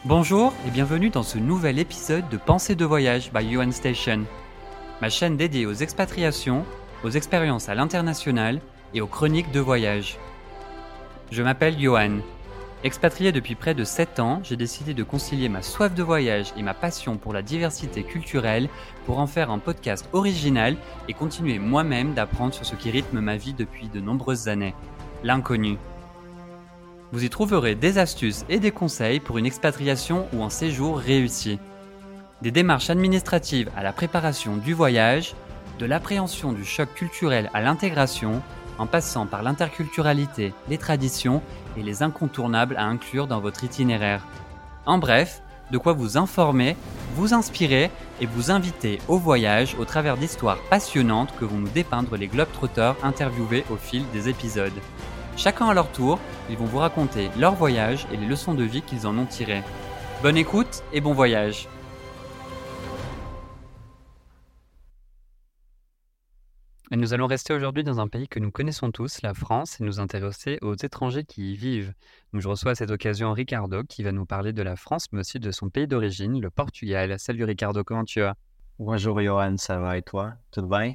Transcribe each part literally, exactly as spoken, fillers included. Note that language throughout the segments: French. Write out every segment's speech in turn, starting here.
Bonjour et bienvenue dans ce nouvel épisode de Pensée de voyage by Johan Station, ma chaîne dédiée aux expatriations, aux expériences à l'international et aux chroniques de voyage. Je m'appelle Johan. Expatrié depuis près de sept ans, j'ai décidé de concilier ma soif de voyage et ma passion pour la diversité culturelle pour en faire un podcast original et continuer moi-même d'apprendre sur ce qui rythme ma vie depuis de nombreuses années, l'inconnu. Vous y trouverez des astuces et des conseils pour une expatriation ou un séjour réussi. Des démarches administratives à la préparation du voyage, de l'appréhension du choc culturel à l'intégration, en passant par l'interculturalité, les traditions et les incontournables à inclure dans votre itinéraire. En bref, de quoi vous informer, vous inspirer et vous inviter au voyage au travers d'histoires passionnantes que vont nous dépeindre les globetrotters interviewés au fil des épisodes. Chacun à leur tour, ils vont vous raconter leur voyage et les leçons de vie qu'ils en ont tirées. Bonne écoute et bon voyage! Et nous allons rester aujourd'hui dans un pays que nous connaissons tous, la France, et nous intéresser aux étrangers qui y vivent. Donc je reçois à cette occasion Ricardo qui va nous parler de la France, mais aussi de son pays d'origine, le Portugal. Salut Ricardo, comment tu vas? Bonjour Johan, ça va et toi? Tout bien?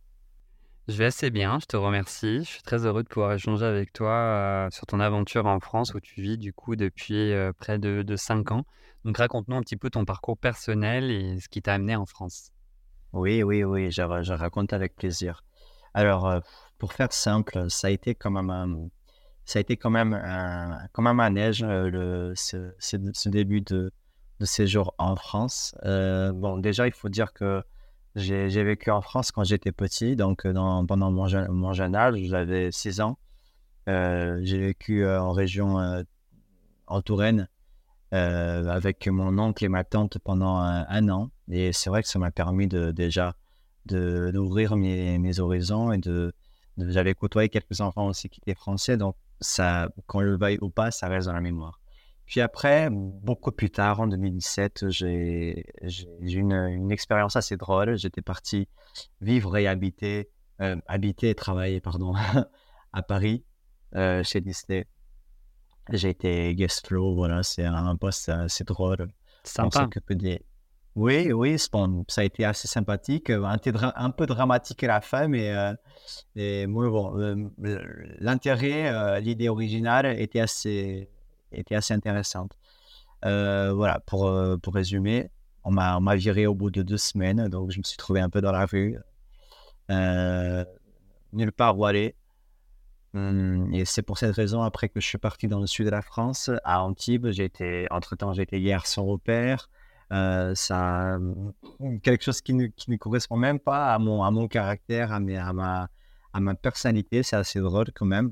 Je vais assez bien, je te remercie. Je suis très heureux de pouvoir échanger avec toi euh, sur ton aventure en France où tu vis du coup depuis euh, près de, de cinq ans. Donc raconte-nous un petit peu ton parcours personnel et ce qui t'a amené en France. Oui, oui, oui, je, ra- je raconte avec plaisir. Alors, euh, pour faire simple, ça a été quand même un, ça a été quand même un, quand même un neige, euh, le, ce, ce, ce début de, de séjour en France. Euh, bon, déjà, il faut dire que j'ai, j'ai vécu en France quand j'étais petit, donc euh, dans, pendant mon jeune, mon jeune âge, j'avais six ans. Euh, j'ai vécu euh, en région euh, en Touraine euh, avec mon oncle et ma tante pendant un, un an. Et c'est vrai que ça m'a permis de déjà de, d'ouvrir mes, mes horizons et de, de- j'avais côtoyé quelques enfants aussi qui étaient français. Donc, ça, qu'on le veuille ou pas, ça reste dans la mémoire. Puis après, beaucoup plus tard, en deux mille dix-sept, j'ai, j'ai j'ai eu une, une expérience assez drôle. J'étais parti vivre et habiter, euh, habiter et travailler, pardon, à Paris, euh, chez Disney. J'ai été guest flow, voilà, c'est un poste assez drôle. On Sympa. s'occupe des... Oui, oui, c'est bon, ça a été assez sympathique, euh, un, peu dra- un peu dramatique à la fin, mais, euh, mais moi, bon, euh, l'intérêt, euh, l'idée originale était assez, était assez intéressante. Euh, voilà, pour, euh, pour résumer, on m'a, on m'a viré au bout de deux semaines, donc je me suis trouvé un peu dans la rue, euh, nulle part où aller. Hum, Et c'est pour cette raison, après que je suis parti dans le sud de la France, à Antibes, j'ai été, entre-temps, j'ai été garçon au père. Euh, ça, hum, quelque chose qui ne, qui ne correspond même pas à mon, à mon caractère, à, mes- à ma, à ma personnalité. C'est assez drôle quand même.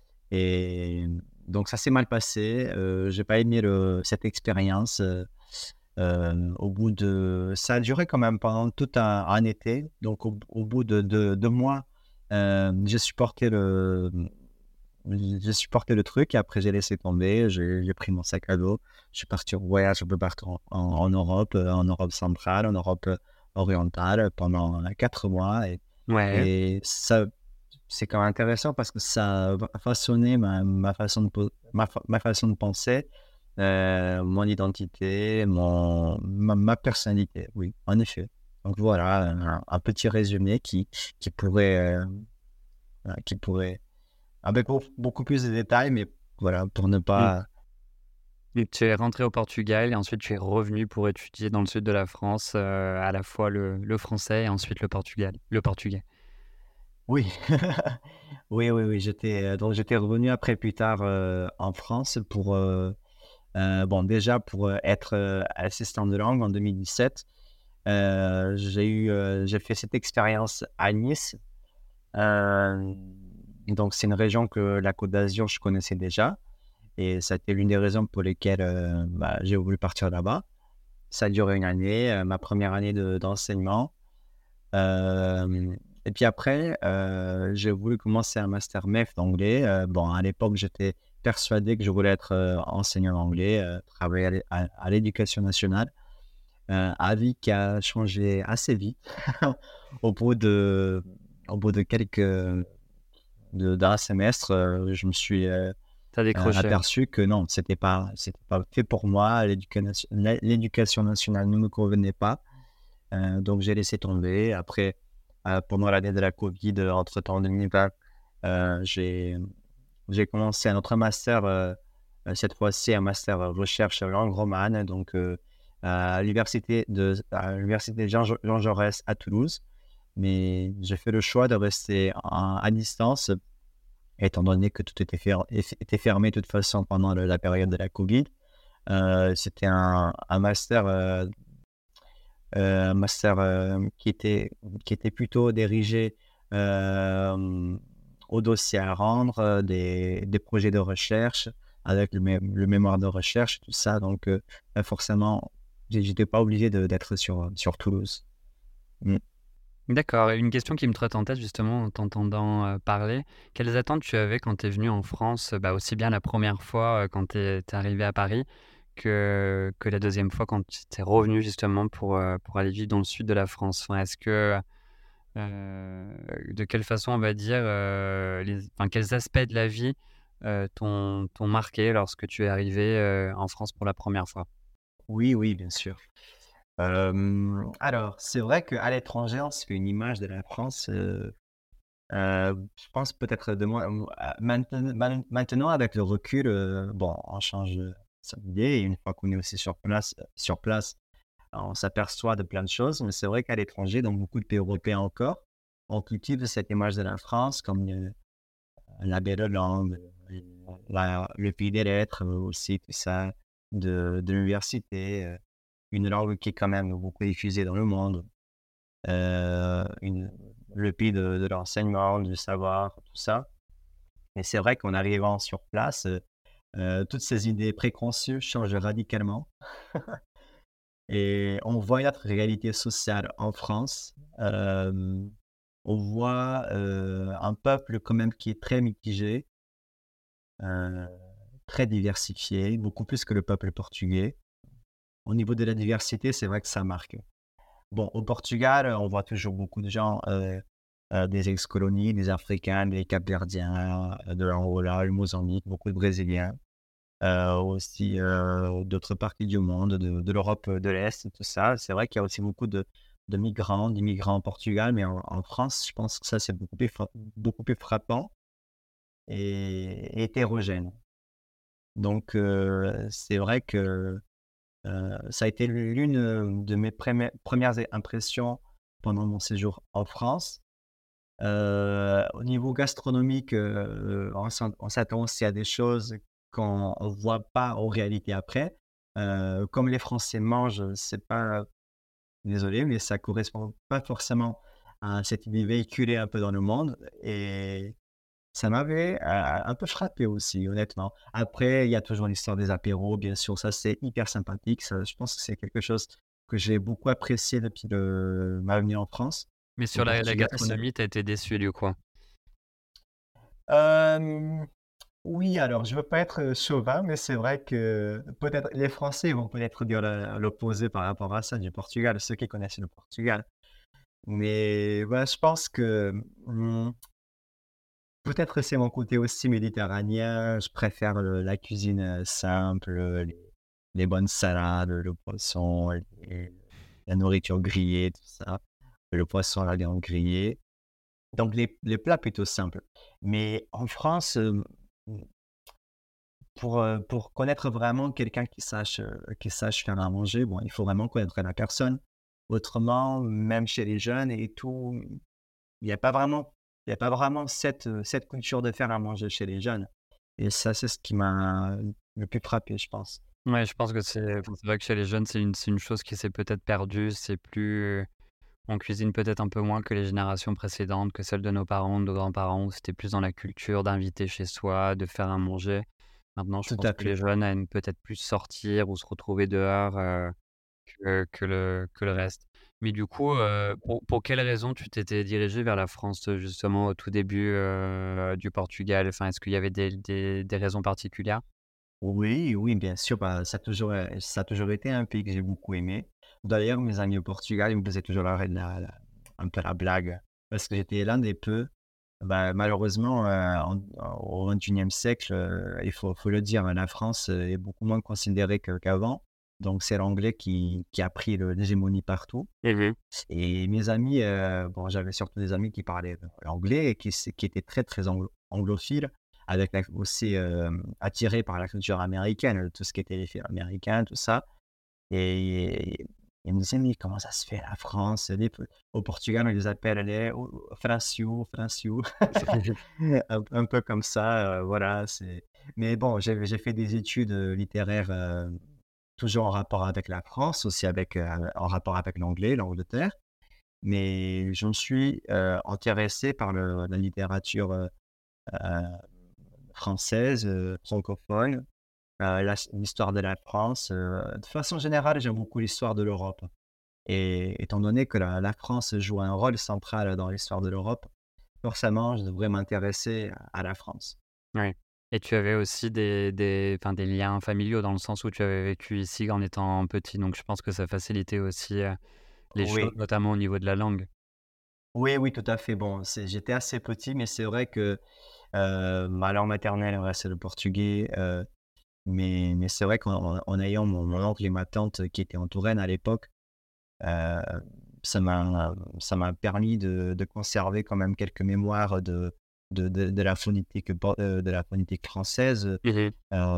Et donc, ça s'est mal passé. Euh, j'ai pas aimé le, cette expérience. Euh, euh, au bout de, ça a duré quand même pendant tout un, un été. Donc, au, au bout de de- deux mois, euh, j'ai supporté le, j'ai supporté le truc et après j'ai laissé tomber, j'ai j'ai pris mon sac à dos, je suis parti en voyage un peu partout en, en- en Europe, euh, en Europe centrale, en Europe euh, orientale pendant euh, quatre mois et, Ouais, et ça c'est quand même intéressant parce que ça a façonné ma, ma façon de, po- ma, fa- ma façon de penser, euh, mon identité, mon, ma, ma personnalité, oui, en effet. Donc voilà, un, un petit résumé qui, qui pourrait, euh, qui pourrait avec beau- beaucoup plus de détails, mais voilà, pour ne mm. pas... Et tu es rentré au Portugal et ensuite tu es revenu pour étudier dans le sud de la France euh, à la fois le, le français et ensuite le Portugal, le portugais. Oui, oui, oui, oui, j'étais euh, donc j'étais revenu après plus tard euh, en France pour, euh, euh, bon, déjà pour euh, être euh, assistant de langue en deux mille dix-sept. Euh, j'ai eu, euh, j'ai fait cette expérience à Nice. Euh, donc c'est une région que la Côte d'Azur, je connaissais déjà. Et ça a été l'une des raisons pour lesquelles euh, bah, j'ai voulu partir là-bas. Ça a duré une année, euh, ma première année de- d'enseignement. Euh, et puis après, euh, j'ai voulu commencer un master M E F d'anglais. Euh, bon, à l'époque, j'étais persuadé que je voulais être euh, enseignant d'anglais, euh, travailler à l'é- à- à l'éducation nationale. Euh, avis qui a changé assez vite. Au bout de, au bout de quelques, de- d'un semestre, euh, je me suis, euh, Tu as euh, décroché. aperçu que non, c'était pas, c'était pas fait pour moi. L'éducation, la- l'éducation nationale ne me convenait pas. Euh, donc, j'ai laissé tomber. Après, euh, pendant l'année de la Covid, euh, entre-temps, en deux mille vingt, euh, j'ai, j'ai commencé un autre master, euh, euh, cette fois-ci un master euh, recherche langue romane, donc euh, à l'université de, à l'université Jean, Jean Jaurès à Toulouse. Mais j'ai fait le choix de rester en- à distance, étant donné que tout était, fer- était fermé de toute façon pendant le- la période de la Covid. Euh, c'était un, un master, euh, euh, un master euh, qui était, qui était plutôt dirigé euh, au dossier à rendre, euh, des, des projets de recherche avec le, mé- le mémoire de recherche, tout ça. Donc, euh, euh, forcément, j'ai- j'étais pas obligé de- d'être sur, sur Toulouse. Mm. D'accord, et une question qui me trotte en tête justement en t'entendant, heu, parler. Quelles attentes tu avais quand tu es venu en France, heu, bah, aussi bien la première fois, heu, quand tu es arrivé à Paris que que la deuxième fois quand tu es revenu justement pour, heu, pour aller vivre dans le sud de la France? Enfin, est-ce que, heu, de quelle façon on va dire, heu, les enfin quels aspects de la vie, heu, t'ont t'ont marqué lorsque tu es arrivé, heu, en France pour la première fois? Oui, oui, bien sûr. Euh, alors, c'est vrai qu'à l'étranger, on se fait une image de la France. euh, euh, je pense peut-être de moi. euh, Maintenant, man- maintenant, avec le recul, euh, bon, on change son idée. Et une fois qu'on est aussi sur place, sur place, on s'aperçoit de plein de choses. Mais c'est vrai qu'à l'étranger, dans beaucoup de pays européens encore, on cultive cette image de la France comme euh, la belle langue, euh, la- le pays des lettres euh, aussi, tout ça, de, de l'université. euh, Une langue qui est quand même beaucoup diffusée dans le monde, euh, une- le pays de, de l'enseignement, du savoir, tout ça. Et c'est vrai qu'en arrivant sur place, euh, euh, toutes ces idées préconçues changent radicalement. Et on voit notre réalité sociale en France. Euh, on voit euh, un peuple quand même qui est très mitigé, euh, très diversifié, beaucoup plus que le peuple portugais. Au niveau de la diversité, c'est vrai que ça marque. Bon, au Portugal, on voit toujours beaucoup de gens, euh, euh, des ex-colonies, des Africains, des Cap-Verdiens, euh, de l'Angola, le Mozambique, beaucoup de Brésiliens, euh, aussi euh, d'autres parties du monde, de, de l'Europe de l'Est, tout ça. C'est vrai qu'il y a aussi beaucoup de, de migrants, d'immigrants au Portugal, mais en, en France, je pense que ça, c'est beaucoup plus, fra- beaucoup plus frappant et, et hétérogène. Donc, euh, c'est vrai que euh, ça a été l'une euh, de mes prémé- premières impressions pendant mon séjour en France. Euh, au niveau gastronomique, euh, on s'en- on s'attend aussi à des choses qu'on ne voit pas en réalité après. Euh, comme les Français mangent, c'est pas, désolé, mais ça correspond pas forcément à cette idée véhiculée un peu dans le monde. Et ça m'avait euh, un peu frappé aussi, honnêtement. Après, il y a toujours l'histoire des apéros, bien sûr, ça c'est hyper sympathique. Ça, je pense que c'est quelque chose que j'ai beaucoup apprécié depuis le, ma venue en France, Mais au sur la la Portugal. Ça- gastronomie, tu as été déçu du coup? Euh, oui, alors je veux pas être euh, chauvin, mais c'est vrai que peut-être les Français vont peut-être dire la- l'opposé par rapport à ça du Portugal, ceux qui connaissent le Portugal. Mais ouais, je pense que hum, peut-être c'est mon côté aussi méditerranéen. Je préfère le- la cuisine euh, simple, les, les bonnes salades, le poisson, les- la nourriture grillée, tout ça. Le poisson, la viande grillée. Donc les, les plats plutôt simples. Mais en France, euh, pour, euh, pour connaître vraiment quelqu'un qui sache, euh, qui sache faire à manger, bon, il faut vraiment connaître la personne. Autrement, même chez les jeunes et tout, il n'y a pas vraiment, il y a pas vraiment cette, euh, cette culture de faire à manger chez les jeunes. Et ça, c'est ce qui m'a le plus frappé, je pense. Ouais, je pense que c'est enfin, c'est vrai que chez les jeunes, c'est une c'est une chose qui s'est peut-être perdue. C'est plus on cuisine peut-être un peu moins que les générations précédentes, que celles de nos parents, de nos grands-parents, où c'était plus dans la culture d'inviter chez soi, de faire à manger. Maintenant, je Tout pense à que les fait. jeunes aiment peut-être plus sortir ou se retrouver dehors, heu, que que le que le reste. Mais du coup, heu, pour pour quelles raisons tu t'étais dirigé vers la France, heu, justement au tout début, heu, du Portugal? Enfin, est-ce qu'il y avait des des des raisons particulières? Oui, oui, bien sûr, bah, ça a toujours, euh, ça a toujours été un pays que j'ai beaucoup aimé. D'ailleurs, mes amis au Portugal, ils me faisaient toujours la, la- la- un peu la blague, parce que j'étais l'un des peu Bah, malheureusement, heu, en en au vingt et unième siècle, heu, il faut faut le dire, hein, la France, heu, est beaucoup moins considérée que qu'avant. Donc c'est l'anglais qui qui a pris le l'hégémonie partout Mmh. et mes amis, heu, bon, j'avais surtout des amis qui parlaient, heu, l'anglais et qui s qui étaient très, très anglo anglophiles avec la aussi, hem, attirés par la culture américaine, tout ce qui était les films américains, tout ça. Et ils me disaient: «Mais comment ça se fait la France?» les p Au Portugal, on les appelle les o Français, Français. Un un peu comme ça, heu, voilà, c'est mais bon, j'ai j'ai fait des études, heu, littéraires, heu, toujours en rapport avec la France, aussi avec, heu, en rapport avec l'anglais, l'Angleterre. Mais je me suis, heu, intéressé par le la littérature, heu heu, française, heu, francophone. Heu, la l'histoire de la France, heu, de façon générale, j'aime beaucoup l'histoire de l'Europe et étant donné que la la France joue un rôle central dans l'histoire de l'Europe, forcément, je devrais m'intéresser à à la France. Oui. Et tu avais aussi des des enfin, des liens familiaux dans le sens où tu avais vécu ici en étant petit, donc je pense que ça facilitait aussi, heu, les choses, Oui, notamment au niveau de la langue. oui, oui, tout à fait. Bon, c'est j'étais assez petit, mais c'est vrai que, heu, ma langue maternelle, ouais, c'est le portugais, heu, mais mais c'est vrai qu'en en ayant mon mon oncle et ma tante qui étaient en Touraine à l'époque, Heu, ça m'a ça m'a permis de de conserver quand même quelques mémoires de de de de la phonétique por heu, de la phonétique française, heu, Mmh.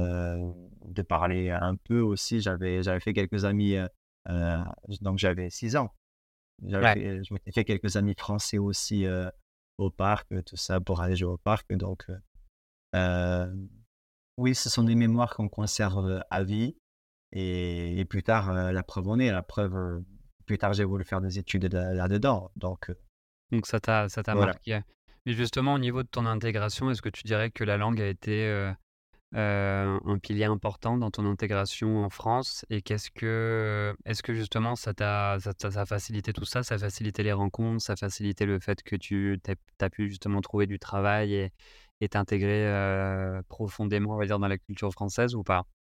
de parler un peu aussi. J'avais j'avais fait quelques amis, heu heu, donc j'avais six ans. J'avais Ouais. fait je m'étais fait quelques amis français aussi, heu, au parc, heu, tout ça, pour aller jouer au parc donc heu, hem, oui, ce sont des mémoires qu'on conserve, heu, à vie. Et et plus tard, heu, la preuve en est, la preuve, heu, plus tard j'ai voulu faire des études là là-dedans, donc heu, Donc ça t'a ça t'a voilà. marqué. Mais justement, au niveau de ton intégration, est-ce que tu dirais que la langue a été, heu heu, un pilier important dans ton intégration en France? Et qu'est-ce que, est-ce que justement ça t'a ça t'a ça a facilité tout ça? Ça a facilité les rencontres, ça a facilité le fait que tu tu as pu justement trouver du travail et et t'intégrer, heu, profondément, on va dire, dans la culture française ou pas?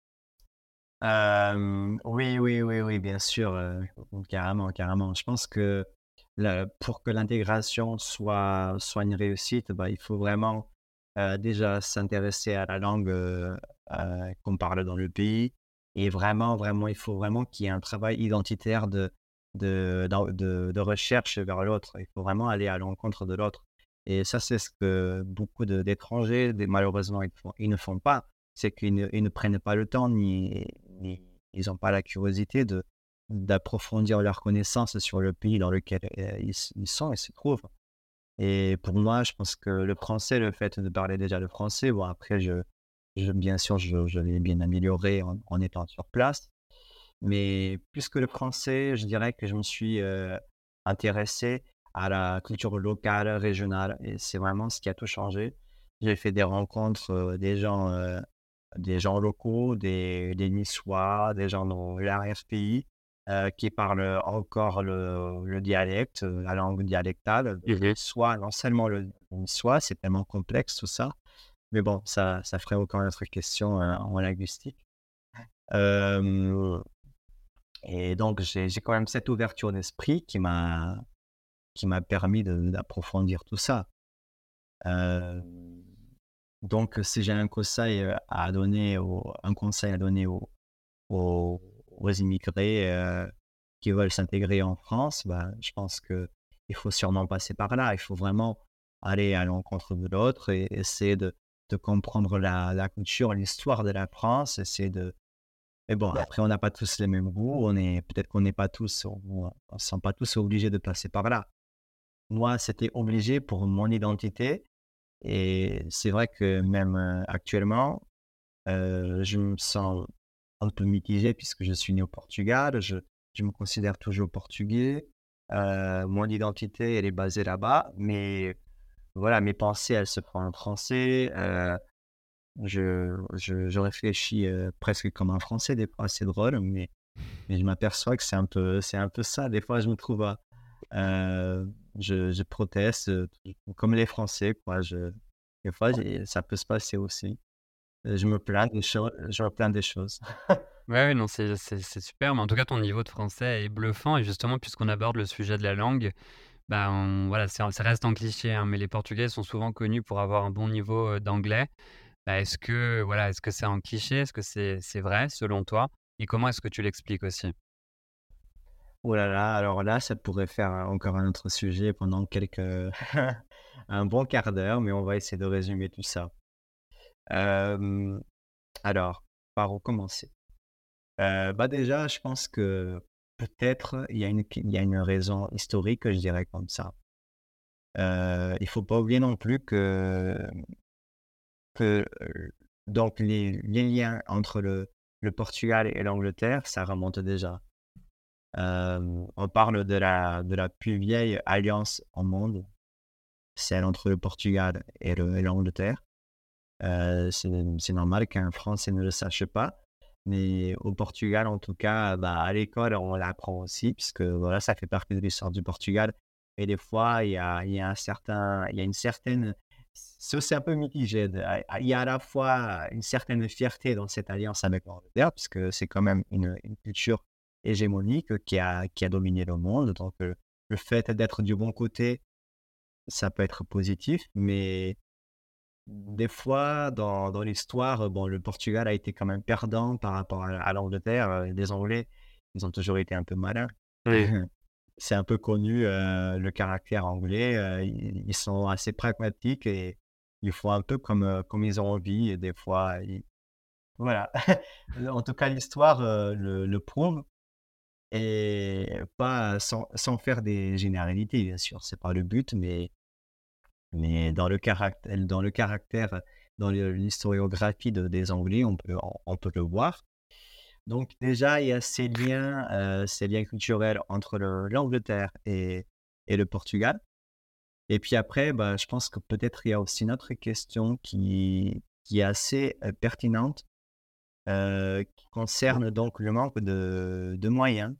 Hem, oui, oui, oui, oui, bien sûr, heu, carrément, carrément. Je pense que la pour que l'intégration soit soit une réussite, bah, il faut vraiment, heu, déjà s'intéresser à la langue, heu heu, qu'on parle dans le pays et vraiment, vraiment, il faut vraiment qu'il y ait un travail identitaire de de d'en de de recherche vers l'autre. Il faut vraiment aller à l'encontre de l'autre et ça, c'est ce que beaucoup de d'étrangers, des malheureusement, ils font ils ne font pas. C'est qu'ils ne ils ne prennent pas le temps ni ni ils ont pas la curiosité de d'approfondir leurs connaissances sur le pays dans lequel, heu, ils s ils sont et se trouvent. Et pour moi, je pense que le français, le fait de parler déjà le français, bon après je je bien sûr, je je l'ai bien amélioré en en étant sur place. Mais plus que le français, je dirais que je me suis, heu, intéressé à la culture locale, régionale et c'est vraiment ce qui a tout changé. J'ai fait des rencontres, heu, des gens, heu, des gens locaux, des des Niçois, des gens dans l'arrière-pays, heu, qui parlent encore le le dialecte, heu, la langue dialectale Mmh. soit non seulement le niçois, c'est tellement complexe tout ça, mais bon, ça ça ferait encore une autre question, heu, en linguistique. Hem et donc j'ai j'ai quand même cette ouverture d'esprit qui m'a qui m'a permis de d'approfondir tout ça. Hem, donc si j'ai un conseil, heu, à donner aux un conseil à donner aux aux aux immigrés, heu, qui veulent s'intégrer en France, bah, je pense que il faut sûrement passer par là. Il faut vraiment aller à l'encontre de l'autre et essayer de de comprendre la la culture, l'histoire de la France, essayer de mais bon, après, on n'a pas tous les mêmes goûts. On est peut-être qu'on n'est pas tous, on ne se sent pas tous obligés de passer par là. Moi, c'était obligé pour mon identité et c'est vrai que même, heu, actuellement, heu, je me sens un peu mitigé puisque je suis né au Portugal. Je je me considère toujours portugais. Heu, mon identité, elle est basée là-bas, mais voilà, mes pensées, elles se font en français. Heu, je je je réfléchis, heu, presque comme un Français des fois, c'est drôle, mais mais je m'aperçois que c'est un peu c'est un peu ça. Des fois, je me trouve à heu, je je proteste, heu, comme les Français, quoi. Je des fois, j'ai ça peut se passer aussi. Heu, je me plains des choses je me plains des choses. Ouais, ouais, non, c'est c'est c'est super, mais en tout cas, ton niveau de français est bluffant et justement, puisqu'on aborde le sujet de la langue, Bah, on voilà, c'est ça reste en cliché, hein, mais les Portugais sont souvent connus pour avoir un bon niveau, heu, d'anglais. Bah, est-ce que voilà, est-ce que c'est un cliché? Est-ce que c'est c'est vrai selon toi? Et comment est-ce que tu l'expliques aussi? Oh là là, alors là, ça pourrait faire un- encore un autre sujet pendant quelques un bon quart d'heure, mais on va essayer de résumer tout ça. Hem, alors, par où commencer? Heu, bah, déjà, je pense que peut-être il y a une il y a une raison historique, je dirais comme ça. Heu, il faut pas oublier non plus que que, heu, donc les les liens entre le le Portugal et l'Angleterre, ça remonte déjà. Hem, on parle de la de la plus vieille alliance au monde, celle entre le Portugal et le et l'Angleterre. Heu, c'est c'est normal qu'un Français ne le sache pas, mais au Portugal, en tout cas, bah, à l'école, on l'apprend aussi puisque, voilà, ça fait partie de l'histoire du Portugal et des fois, il y a il y a un certain il y a une certaine c'est aussi un peu mitigé de ah, il y a à la fois une certaine fierté dans cette alliance avec l'Angleterre puisque c'est quand même une une culture hégémonique qui a qui a dominé le monde donc heu, le fait d'être du bon côté, ça peut être positif mais des fois, dans dans l'histoire, bon, le Portugal a été quand même perdant par rapport à à l'Angleterre, heu, les Anglais, ils ont toujours été un peu malins. Oui. C'est un peu connu, heu, le caractère anglais, heu, ils ils sont assez pragmatiques et ils font un peu comme, heu, comme ils ont envie et des fois, ils voilà. En tout cas, l'histoire, heu, le le prouve et pas sans sans faire des généralités, bien sûr, c'est pas le but, mais mais dans le caractère dans le caractère, dans le l'historiographie de des Anglais, on peut on on peut le voir. Donc déjà, il y a ces liens, heu, ces liens culturels entre le l'Angleterre et et le Portugal et puis après, bah, je pense que peut-être il y a aussi une autre question qui qui est assez, heu, pertinente, heu, qui concerne donc le manque de de moyens.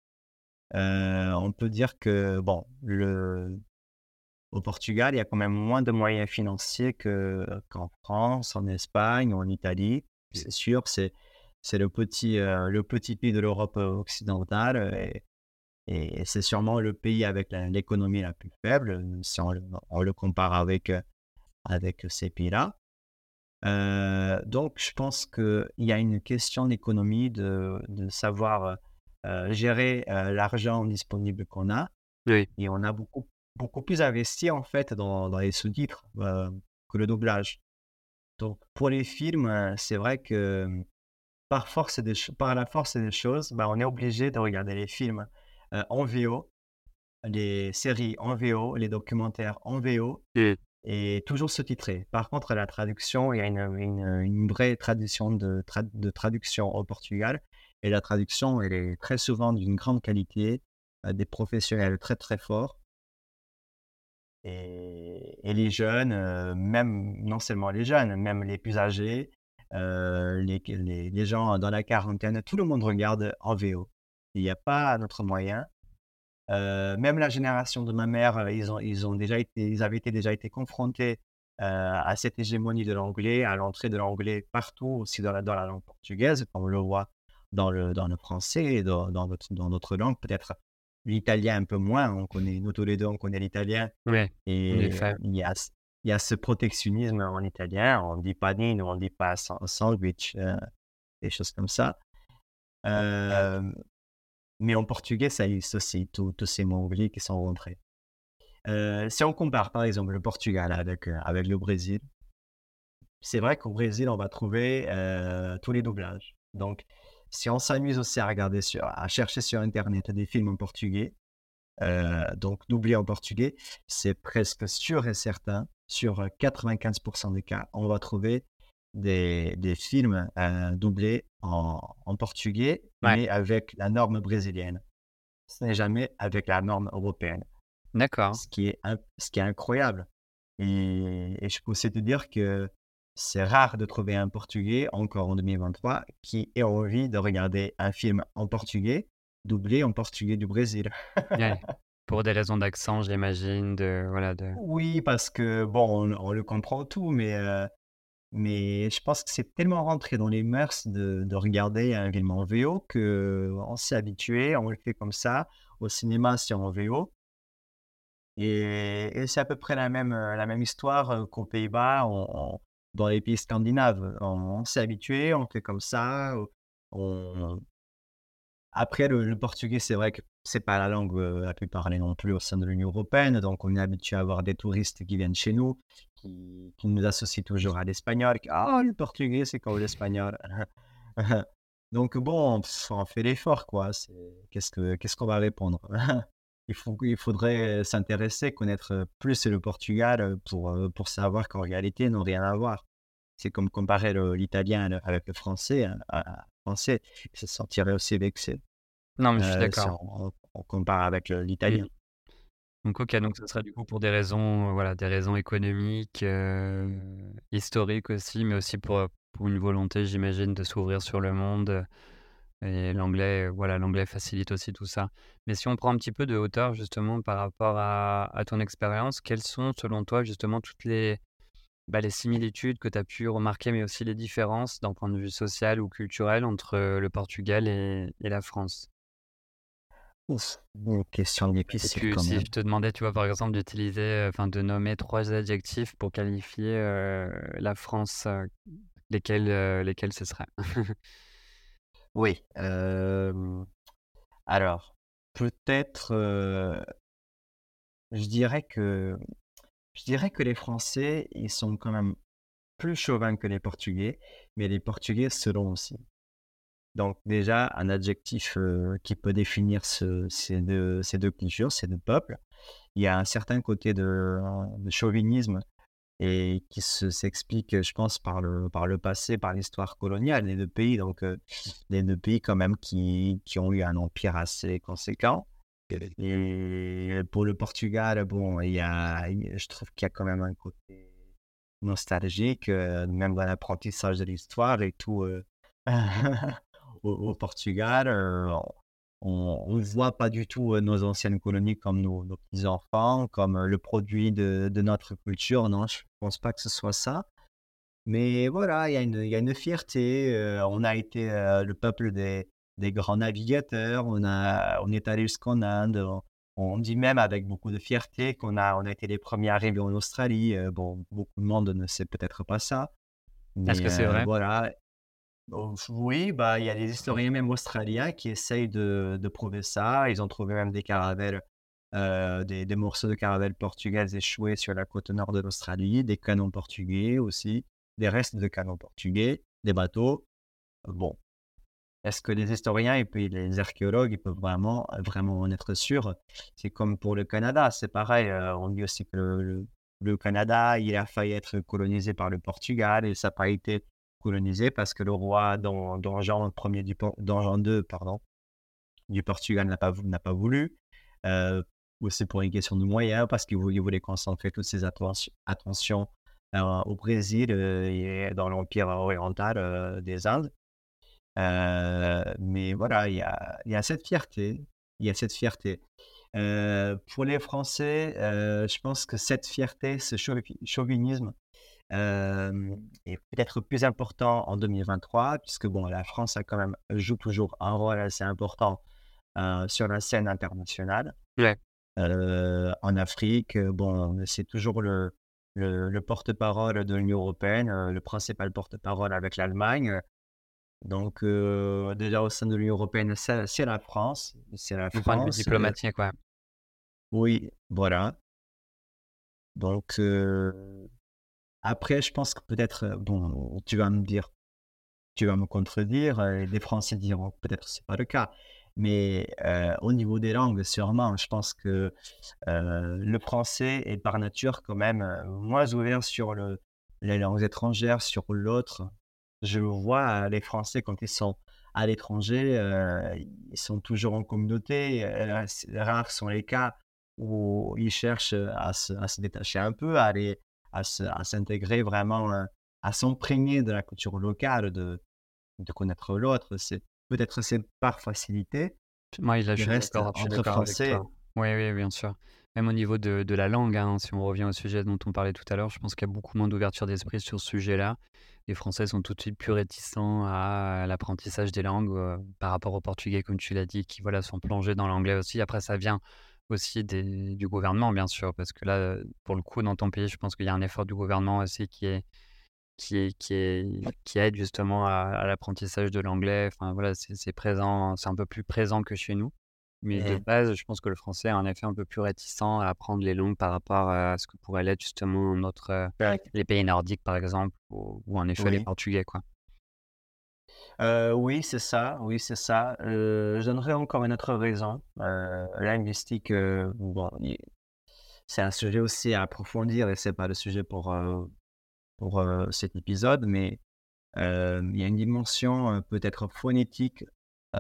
Heu, on peut dire que bon, le Au Portugal, il y a quand même moins de moyens financiers que qu'en France, en Espagne, en Italie. C'est sûr, c'est c'est le petit, heu, le petit pays de l'Europe, heu, occidentale, heu et et c'est sûrement le pays avec la l'économie la plus faible, heu, si on le on le compare avec, heu, avec ces pays-là. Heu, donc je pense qu'il y a une question d'économie, de de savoir, heu heu, gérer, heu, l'argent disponible qu'on a Oui. et on a beaucoup beaucoup plus investi en fait dans dans les sous-titres, heu, que le doublage. Donc pour les films, heu, c'est vrai que, mmh, par force des ch par la force des choses, bah, on est obligé de regarder les films, heu, en V O, les séries en V O, les documentaires en V O Mmh. et toujours sous-titrés. Par contre la traduction, il y a une, une, une vraie tradition de trad de traduction au Portugal et la traduction, elle est très souvent d'une grande qualité, heu, des professionnels très, très forts. Et et les jeunes, heu, même non seulement les jeunes, même les plus âgés, heu, les les les gens dans la quarantaine, tout le monde regarde en V O. Il y a pas d'autre moyen. Heu, même la génération de ma mère, heu, ils ont ils ont déjà été ils avaient été déjà été confrontés, heu, à cette hégémonie de l'anglais, à l'entrée de l'anglais partout, aussi dans la dans la langue portugaise, comme on le voit dans le dans le français et dans dans notre dans notre langue. Peut-être l'italien un peu moins, on connaît nous tous les deux, on connaît l'italien Ouais, en et effet. il y a ce il y a ce protectionnisme en italien, on dit panino, on dit pas san sandwich, heu, des choses comme ça. Hem, mais en portugais, ça existe aussi, tous tous ces mots anglais qui sont rentrés. Heu, si on compare, par exemple, le Portugal avec, heu, avec le Brésil, c'est vrai qu'au Brésil, on va trouver, heu, tous les doublages. Donc si on s'amuse aussi à regarder sur à chercher sur internet des films en portugais, Heu, donc doublé en portugais, c'est presque sûr et certain, sur, heu, quatre-vingt-quinze des cas, on va trouver des des films, heu, doublés en en portugais, Ouais, mais avec la norme brésilienne. Ce n'est jamais avec la norme européenne, d'accord. ce qui est in ce qui est incroyable et et je peux aussi te dire que c'est rare de trouver un Portugais, encore en deux mille vingt-trois, qui ait envie de regarder un film en portugais, doublé en portugais du Brésil. Ouais. Pour des raisons d'accent, j'imagine, de voilà, de Oui, parce que bon, on on le comprend tout, mais heu, mais je pense que c'est tellement rentré dans les mœurs de de regarder un film en V O qu'on s'est habitué, on le fait comme ça. Au cinéma, c'est en V O Et, et c'est à peu près la même, euh, la même histoire euh, qu'aux Pays-Bas, on- on- dans les pays scandinaves. On, on s'est habitué, on fait comme ça. On... Après, le, le portugais, c'est vrai que c'est pas la langue euh, la plus parlée non plus au sein de l'Union européenne. Donc, on est habitué à avoir des touristes qui viennent chez nous, qui, qui nous associent toujours à l'espagnol. qui, Ah, le portugais, c'est comme l'espagnol. Donc, bon, pff, on fait l'effort, quoi. C'est... Qu'est-ce que, qu'est-ce qu'on va répondre? Il faut, il faudrait euh, s'intéresser, connaître euh, plus le Portugal euh, pour, euh, pour savoir qu'en réalité, ils n'ont rien à voir. C'est comme comparer le- l'italien le- avec le français. Hein, à- à- français, il se sentirait aussi vexé Non, mais je suis euh, si d'accord. on, on- on compare avec le- Mmh. l'italien. Donc OK, donc ce serait du coup pour des raisons, heu, voilà, des raisons économiques, heu, historiques aussi, mais aussi pour, heu, pour une volonté, j'imagine, de s'ouvrir sur le monde, heu et l'anglais, heu, voilà, l'anglais facilite aussi tout ça. Mais si on prend un petit peu de hauteur justement par rapport à à ton expérience, quelles sont selon toi justement toutes les, bah, les similitudes que tu as pu remarquer, mais aussi les différences d'un point de vue social ou culturel entre, heu, le Portugal et et la France? Ouf, une question Et difficile puis quand si même. je te demandais, tu vois, par exemple, d'utiliser, heu, enfin de nommer trois adjectifs pour qualifier, heu, la France, heu, lesquels, heu, lesquels ce serait? Oui. euh, alors, peut-être, euh, je dirais que je dirais que les Français, ils sont quand même plus chauvins que les Portugais, mais les Portugais seront aussi. Donc déjà, un adjectif euh, qui peut définir ce- ces deux, ces deux cultures, ces deux peuples, il y a un certain côté de, de chauvinisme et qui se, s'explique, je pense, par le, par le passé, par l'histoire coloniale des deux pays. Donc, euh, les deux pays quand même qui, qui ont eu un empire assez conséquent. Et pour le Portugal, bon, il y a, il- je trouve qu'il y a quand même un côté nostalgique, euh, même dans l'apprentissage de l'histoire et tout. euh, au, au Portugal, euh, on ne voit pas du tout euh, nos anciennes colonies comme nos, nos petits-enfants, comme euh, le produit de, de notre culture. Non, je pense pas que ce soit ça. Mais voilà, il y a une, il y a une fierté. euh, on a été euh, le peuple des, des grands navigateurs. On a, on est allé jusqu'en Inde. On, on dit même avec beaucoup de fierté qu'on a, on a été les premiers arrivés en Australie. Euh, bon, beaucoup de monde ne sait peut-être pas ça. Est-ce Mais que c'est euh, vrai? voilà. Bon, oui, bah, il y a des historiens même australiens qui essayent de, de prouver ça. Ils ont trouvé même des caravelles, euh, des, des morceaux de caravelles portugaises échoués sur la côte nord de l'Australie, des canons portugais aussi, des restes de canons portugais, des bateaux. Bon, est-ce que les historiens et puis les archéologues ils peuvent vraiment, vraiment en être sûrs? C'est comme pour le Canada, c'est pareil. euh, on dit aussi que le, le- le Canada, il a failli être colonisé par le Portugal et ça n'a pas été colonisé parce que le roi Don, Don Jean I du Por- Don Jean deux, pardon, du Portugal n'a pas, vou- n'a pas voulu. Euh, Aussi pour une question de moyens, parce qu'il voulait, il voulait concentrer toutes ses attention- attentions euh, au Brésil euh, et dans l'Empire oriental euh, des Indes. Euh, mais voilà, il y a, il y a cette fierté. Il y a cette fierté. Euh, pour les Français, euh, je pense que cette fierté, ce chauvi- chauvinisme, euh, est peut-être plus important en deux mille vingt-trois, puisque bon, la France a quand même joue toujours un rôle assez important euh, sur la scène internationale. Ouais. Euh, en Afrique, euh, bon, c'est toujours le, le, le porte-parole de l'Union européenne, euh, le principal porte-parole avec l'Allemagne. Donc, euh, déjà au sein de l'Union européenne, c'est c'est la France. C'est la Du point de vue France. euh, diplomatique, ouais. oui, voilà. Donc, euh, après, je pense que peut-être, euh, bon, tu vas me dire, tu vas me contredire, euh, les Français diront peut-être c'est pas le cas. Mais euh, au niveau des langues, sûrement, je pense que euh, le français est par nature quand même euh, moins ouvert sur le, les langues étrangères, sur l'autre. Je vois euh, les Français quand ils sont à l'étranger, euh, ils sont toujours en communauté. Euh, c'est- rares sont les cas où ils cherchent à se, à se détacher un peu, à aller, à se- à s'intégrer vraiment, euh, à s'imprégner de la culture locale, de, de connaître l'autre. C'est peut-être c'est par facilité. Moi, là, je Il suis reste d'accord, je suis entre d'accord avec toi. Français. Oui, oui, bien sûr. Même au niveau de de la langue, hein, si on revient au sujet dont on parlait tout à l'heure, je pense qu'il y a beaucoup moins d'ouverture d'esprit sur ce sujet-là. Les Français sont tout de suite plus réticents à l'apprentissage des langues, heu, par rapport aux Portugais, comme tu l'as dit, qui, voilà, sont plongés dans l'anglais aussi. Après, ça vient aussi des du gouvernement, bien sûr, parce que là, pour le coup, dans ton pays, je pense qu'il y a un effort du gouvernement aussi qui est qui est qui est qui aide justement à à l'apprentissage de l'anglais. Enfin voilà, c'est c'est présent, c'est un peu plus présent que chez nous. Mais de Mmh. base, je pense que le français a un effet un peu plus réticent à apprendre les langues par rapport à ce que pourrait l'être justement notre, heu, Ouais. les pays nordiques, par exemple, ou ou en effet les Oui. portugais, quoi. Heu, oui, c'est ça, oui, c'est ça. Heu, je donnerais encore une autre raison, heu, linguistique, heu, bon, i c'est un sujet aussi à approfondir et c'est pas le sujet pour, heu, pour, heu, cet épisode, mais, hem, il y a une dimension, heu, peut-être phonétique, heu,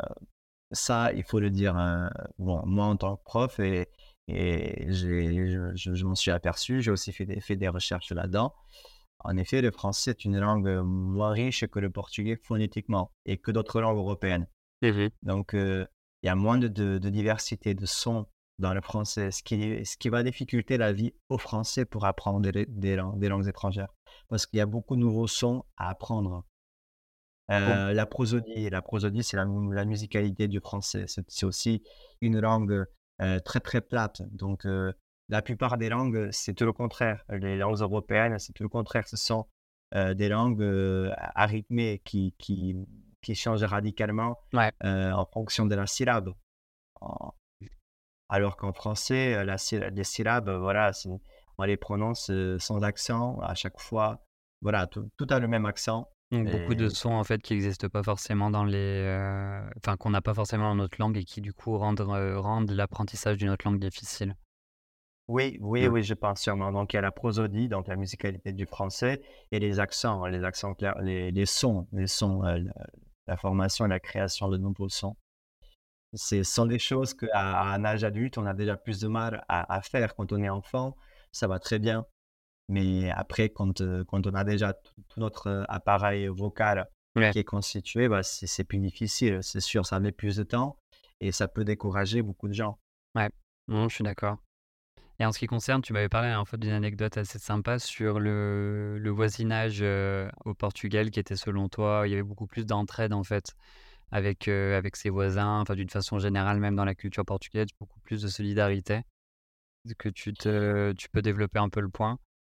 ça, il faut le dire, heu, bon, moi, en tant que prof et et j'ai je je je m'en suis aperçu, j'ai aussi fait des fait des recherches là-dedans. En effet, le français est une langue, heu, moins riche que le portugais phonétiquement et que d'autres langues européennes. Mmh. Donc, heu, il y a moins de de de diversité de sons dans le français, ce qui ce qui va difficulter la vie aux Français pour apprendre des des langues des langues étrangères. Parce qu'il y a beaucoup de nouveaux sons à apprendre. Bon. Heu, la prosodie la prosodie, c'est la mu la musicalité du français. C'est c'est aussi une langue, heu, très, très plate. Donc, heu, la plupart des langues, c'est tout le contraire. Les langues européennes, c'est tout le contraire. Ce sont, heu, des langues, heu, a arythmées qui qui qui changent radicalement, Ouais. heu, en fonction de la syllabe. En Alors qu'en français, heu, la sylla les syllabes, heu, voilà, c'est on les prononce, heu, sans accent à chaque fois. Voilà, tout tout a le même accent Donc beaucoup de et sons, en fait, qui existent pas forcément dans les, heu, enfin, qu'on n'a pas forcément dans notre langue et qui, du coup, rendent, heu, rendent l'apprentissage d'une autre langue difficile. oui, oui, Ouais. oui, je pense sûrement. Donc il y a la prosodie, donc la musicalité du français et les accents, les accents clairs, les les sons les sons, heu, la la formation et la création de nouveaux sons. C'est Ce sont des choses qu'à à un âge adulte, on a déjà plus de mal à à faire. Quand on est enfant, ça va très bien. Mais après, quand, heu, quand on a déjà tout tout notre, heu, appareil vocal Ouais, qui est constitué, bah, c'est c'est plus difficile, c'est sûr, ça met plus de temps et ça peut décourager beaucoup de gens. ouais. Non, je suis d'accord. Et en ce qui concerne, tu m'avais parlé la dernière fois d'une anecdote assez sympa sur le le voisinage, heu, au Portugal qui était selon toi, il y avait beaucoup plus d'entraide en fait avec, heu, avec ses voisins, enfin d'une façon générale même dans la culture portugaise, beaucoup plus de solidarité. Est-ce que tu te tu peux développer un peu le point?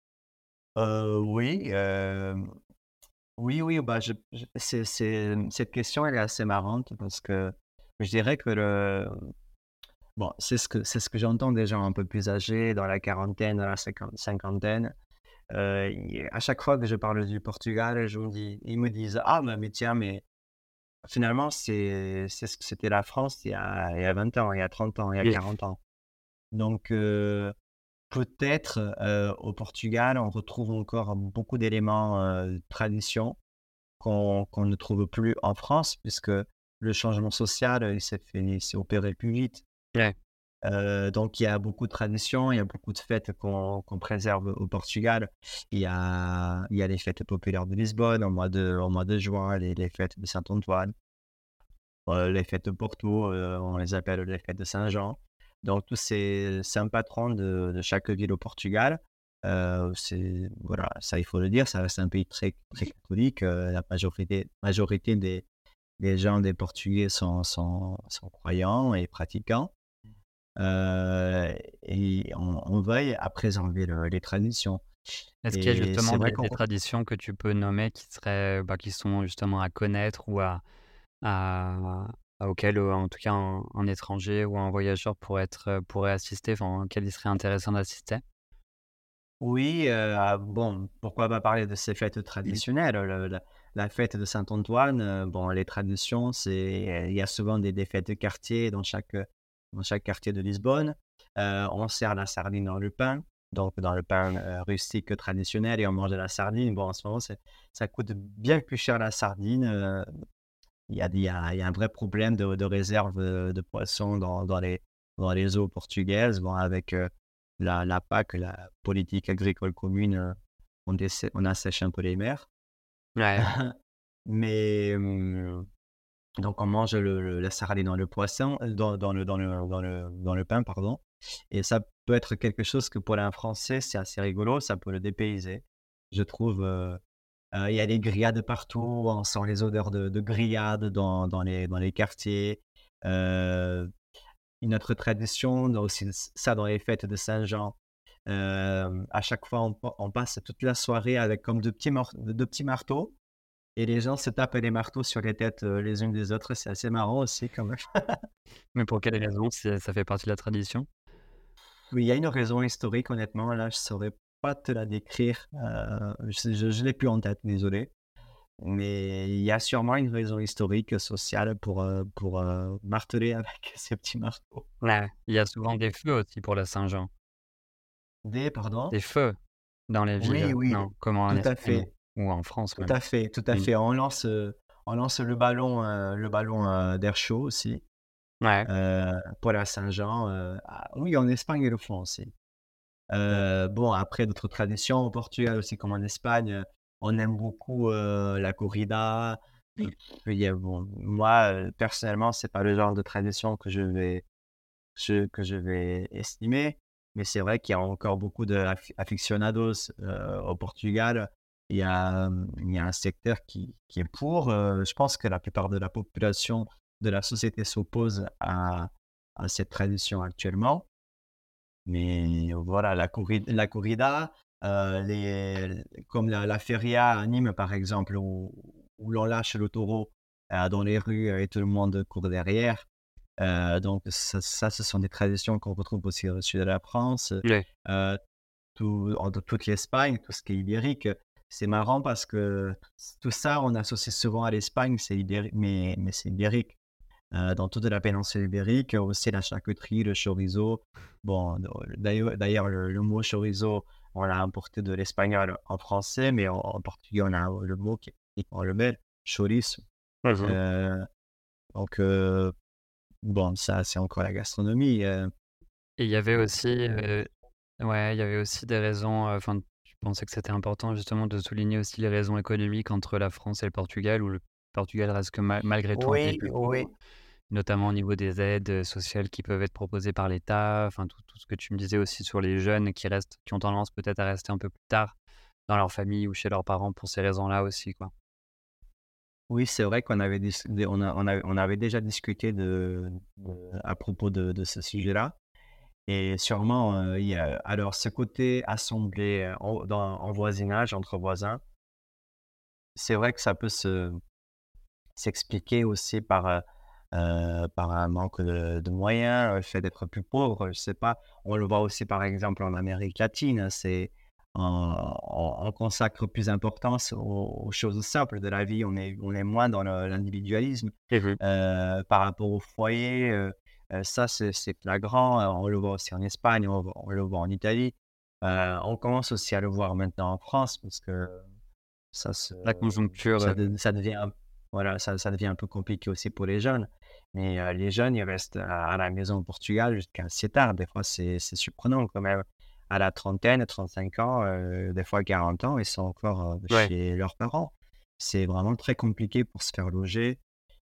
Heu, oui, hem, oui, oui, bah, je je c'est c'est, mmh, cette question, elle est assez marrante parce que je dirais que le bon, c'est ce que c'est ce que j'entends des gens un peu plus âgés, dans la quarantaine, dans la cinquan cinquantaine. Heu, i À chaque fois que je parle du Portugal, je me dis ils me disent: «Ah, bah, mais tiens, mais finalement, c'est c'est ce que c'était la France il y a il y a vingt ans, il y a trente ans, il y a Oui. quarante ans». Donc, heu, peut-être, heu, au Portugal, on retrouve encore beaucoup d'éléments, heu, de tradition qu'on qu'on ne trouve plus en France puisque le changement social, heu, il s'est fait il s'est opéré plus vite. Ouais. Heu, donc il y a beaucoup de traditions, il y a beaucoup de fêtes qu'on qu'on préserve au Portugal. Il y a il y a les fêtes populaires de Lisbonne au mois de au mois de juin, les les fêtes de Saint-Antoine, heu, les fêtes de Porto, heu, on les appelle les fêtes de Saint-Jean. Donc tous ces c'est un patron de de chaque ville au Portugal. Heu, c'est voilà, ça il faut le dire, ça reste un pays très très catholique, heu, la majorité majorité des des gens des Portugais sont sont sont croyants et pratiquants. Heu et on on veille à préserver le les traditions Est-ce qu'il y a et c'est justement vrai des qu'on des traditions que tu peux nommer qui seraient, bah, qui sont justement à connaître ou à à à auxquelles, heu, en tout cas un un étranger ou un voyageur pourrait être, heu, pourrait assister, enfin auquel il serait intéressant d'assister? oui, heu, ah bon, pourquoi pas parler de ces fêtes traditionnelles? Le la la fête de Saint-Antoine, heu, bon, les traditions, c'est il y a souvent des des fêtes de quartier dans chaque, heu, dans chaque quartier de Lisbonne. Heu, on sert la sardine dans le pain, donc dans le pain, heu, rustique traditionnel et on mange de la sardine. Bon, en ce moment, c'est ça coûte bien plus cher la sardine, heu, il y a des il y a il y a un vrai problème de de réserve, heu, de poissons dans dans les dans les eaux portugaises. Bon, avec, heu, la la P A C, la politique agricole commune, heu, on dessè on assèche un peu les mers. Ouais. Mais, hem, donc on mange le le la sardine dans le poisson, heu, dans dans le dans le dans le dans le pain, pardon, et ça peut être quelque chose que pour un Français, c'est assez rigolo, ça peut le dépayser. Je trouve, heu heu, il y a des grillades partout, on sent les odeurs de de grillades dans dans les dans les quartiers. Heu une autre tradition, donc c'est ça dans les fêtes de Saint-Jean. Euh, à chaque fois, on, pa- on passe toute la soirée avec comme de petits, mor- de petits marteaux et les gens se tapent les marteaux sur les têtes euh, les unes des autres. C'est assez marrant aussi quand même. Mais pour quelle raison? C'est ça fait partie de la tradition? Oui, il y a une raison historique, honnêtement. Là, je saurais pas te la décrire. Euh, je je, je l'ai plus en tête, désolé. Mais il y a sûrement une raison historique, sociale pour, euh, pour euh, marteler avec ces petits marteaux. Ouais. Il y a souvent des feux aussi pour la Saint-Jean. Des, pardon? Des feux dans les Oui, villes, oui, non? Comme en tout à Espagne fait, ou en France tout même. à fait, tout à Mmh. fait. On lance, euh, on lance le ballon, euh, le ballon euh, d'air chaud aussi Ouais. euh, pour la Saint-Jean. euh, ah, oui, en Espagne, ils le font aussi. Euh, bon, après, d'autres traditions au Portugal aussi, comme en Espagne, euh, on aime beaucoup euh, la corrida. Euh, il y a- bon, moi, euh, personnellement, c'est pas le genre de tradition que je vais, je- que je vais estimer, mais c'est vrai qu'il y a encore beaucoup d'aficionados au Portugal. Il y a, euh, il y a un secteur qui, qui est pour. Euh, je pense que la plupart de la population de la société s'oppose à, à cette tradition actuellement. Mais voilà, la corrida, la corrida euh, les, comme la, la feria à Nîmes, par exemple, où, où l'on lâche le taureau euh, dans les rues euh, et tout le monde court derrière. Euh, donc, ça, ça, ce sont des traditions qu'on retrouve aussi au sud de la France, Ouais. euh, tout, en- dans toute l'Espagne, tout ce qui est ibérique. C'est marrant parce que tout ça, on associe souvent à l'Espagne, c'est ibérique, mais, mais c'est ibérique. Euh, dans toute la péninsule ibérique, aussi la charcuterie, le chorizo. Bon, d'ailleurs, d'ailleurs, le, le mot chorizo, on l'a importé de l'espagnol en français, mais en, en portugais, on a le mot qui est on le met, chorizo. Mmh. Euh, donc, euh, bon, ça, c'est encore la gastronomie. euh. Et il y avait aussi, heu, ouais, il y avait aussi des raisons, heu, enfin, je pensais que c'était important justement de souligner aussi les raisons économiques entre la France et le Portugal, où le Portugal reste que ma malgré tout un pays Oui, plus oui, pauvre, notamment au niveau des aides, heu, sociales qui peuvent être proposées par l'État, enfin tout tout ce que tu me disais aussi sur les jeunes qui restent qui ont tendance peut-être à rester un peu plus tard dans leur famille ou chez leurs parents pour ces raisons-là aussi, quoi. oui, c'est vrai qu'on avait, dis- on a- on avait, on avait déjà discuté de, de- à propos de, de ce sujet-là. Et sûrement, euh, il y a alors ce côté assemblée euh, en, dans- en voisinage entre voisins, c'est vrai que ça peut se s'expliquer aussi par, euh, euh, par un manque de, de moyens, le fait d'être plus pauvre. Je sais pas, on le voit aussi par exemple en Amérique latine, hein, c'est on, on- on consacre plus d'importance aux, aux choses simples de la vie. On est, on est moins dans le- l'individualisme Mmh. euh, par rapport au foyer. euh, euh, ça, c'est c'est flagrant. euh, On le voit aussi en Espagne, on, on le voit en Italie. Euh, on commence aussi à le voir maintenant en France parce que ça, se, La conjoncture, ça, heu, de- ça devient, un- voilà, ça, ça devient un peu compliqué aussi pour les jeunes. Mais euh, les jeunes, ils restent à, à la maison au Portugal jusqu'à assez tard. Des fois, c'est c'est surprenant quand même. À la trentaine, trente-cinq ans, euh, des fois quarante ans, ils sont encore euh, ouais, chez leurs parents. C'est vraiment très compliqué pour se faire loger.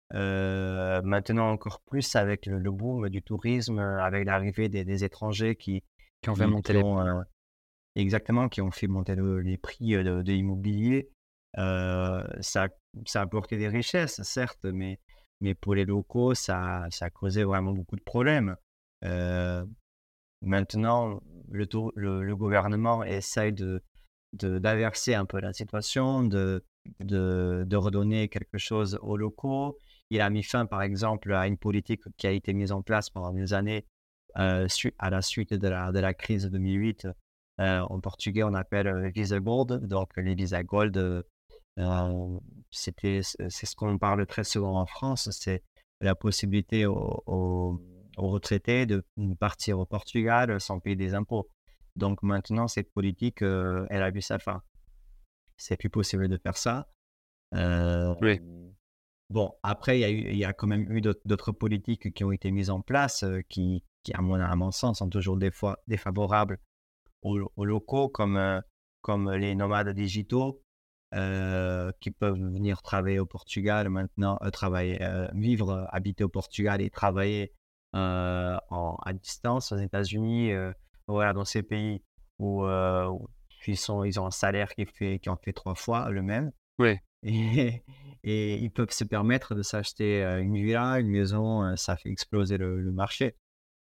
Euh, maintenant, encore plus avec le, le boom du tourisme, euh, avec l'arrivée des, des étrangers qui, qui ont fait qui, monter qui les ont prix. euh, exactement, qui ont fait monter le- les prix euh, de, de l'immobilier. Euh, ça, a- ça a apporté des richesses, certes, mais, mais pour les locaux, ça, ça a causé vraiment beaucoup de problèmes. Euh, Maintenant, le, tour- le, le gouvernement essaye de, de, d'inverser un peu la situation, de, de, de redonner quelque chose aux locaux. Il a mis fin, par exemple, à une politique qui a été mise en place pendant des années euh, su- à la suite de la, de la crise de deux mille huit. Euh, en portugais, on appelle euh, Visa Gold. Donc, les Visa Gold, euh, euh, c'était, c'est ce qu'on parle très souvent en France. C'est la possibilité aux, aux- aux retraités de partir au Portugal sans payer des impôts. Donc, maintenant, cette politique, euh, elle a vu sa fin. C'est plus possible de faire ça. Euh, Oui. bon, après, il y a eu, il y a quand même eu d'autres d'autres politiques qui ont été mises en place euh, qui, qui, à mon, à mon sens, sont toujours des fois défavorables aux, aux locaux, comme, euh, comme les nomades digitaux euh, qui peuvent venir travailler au Portugal maintenant, euh, travailler, euh, vivre, euh, habiter au Portugal et travailler euh, en, à distance aux États-Unis, euh, voilà, dans ces pays où, euh, où ils, sont, ils ont un salaire qui, fait, qui en fait trois fois le même. Oui. Et, et ils peuvent se permettre de s'acheter euh, une villa, une maison, euh, ça fait exploser le, le marché.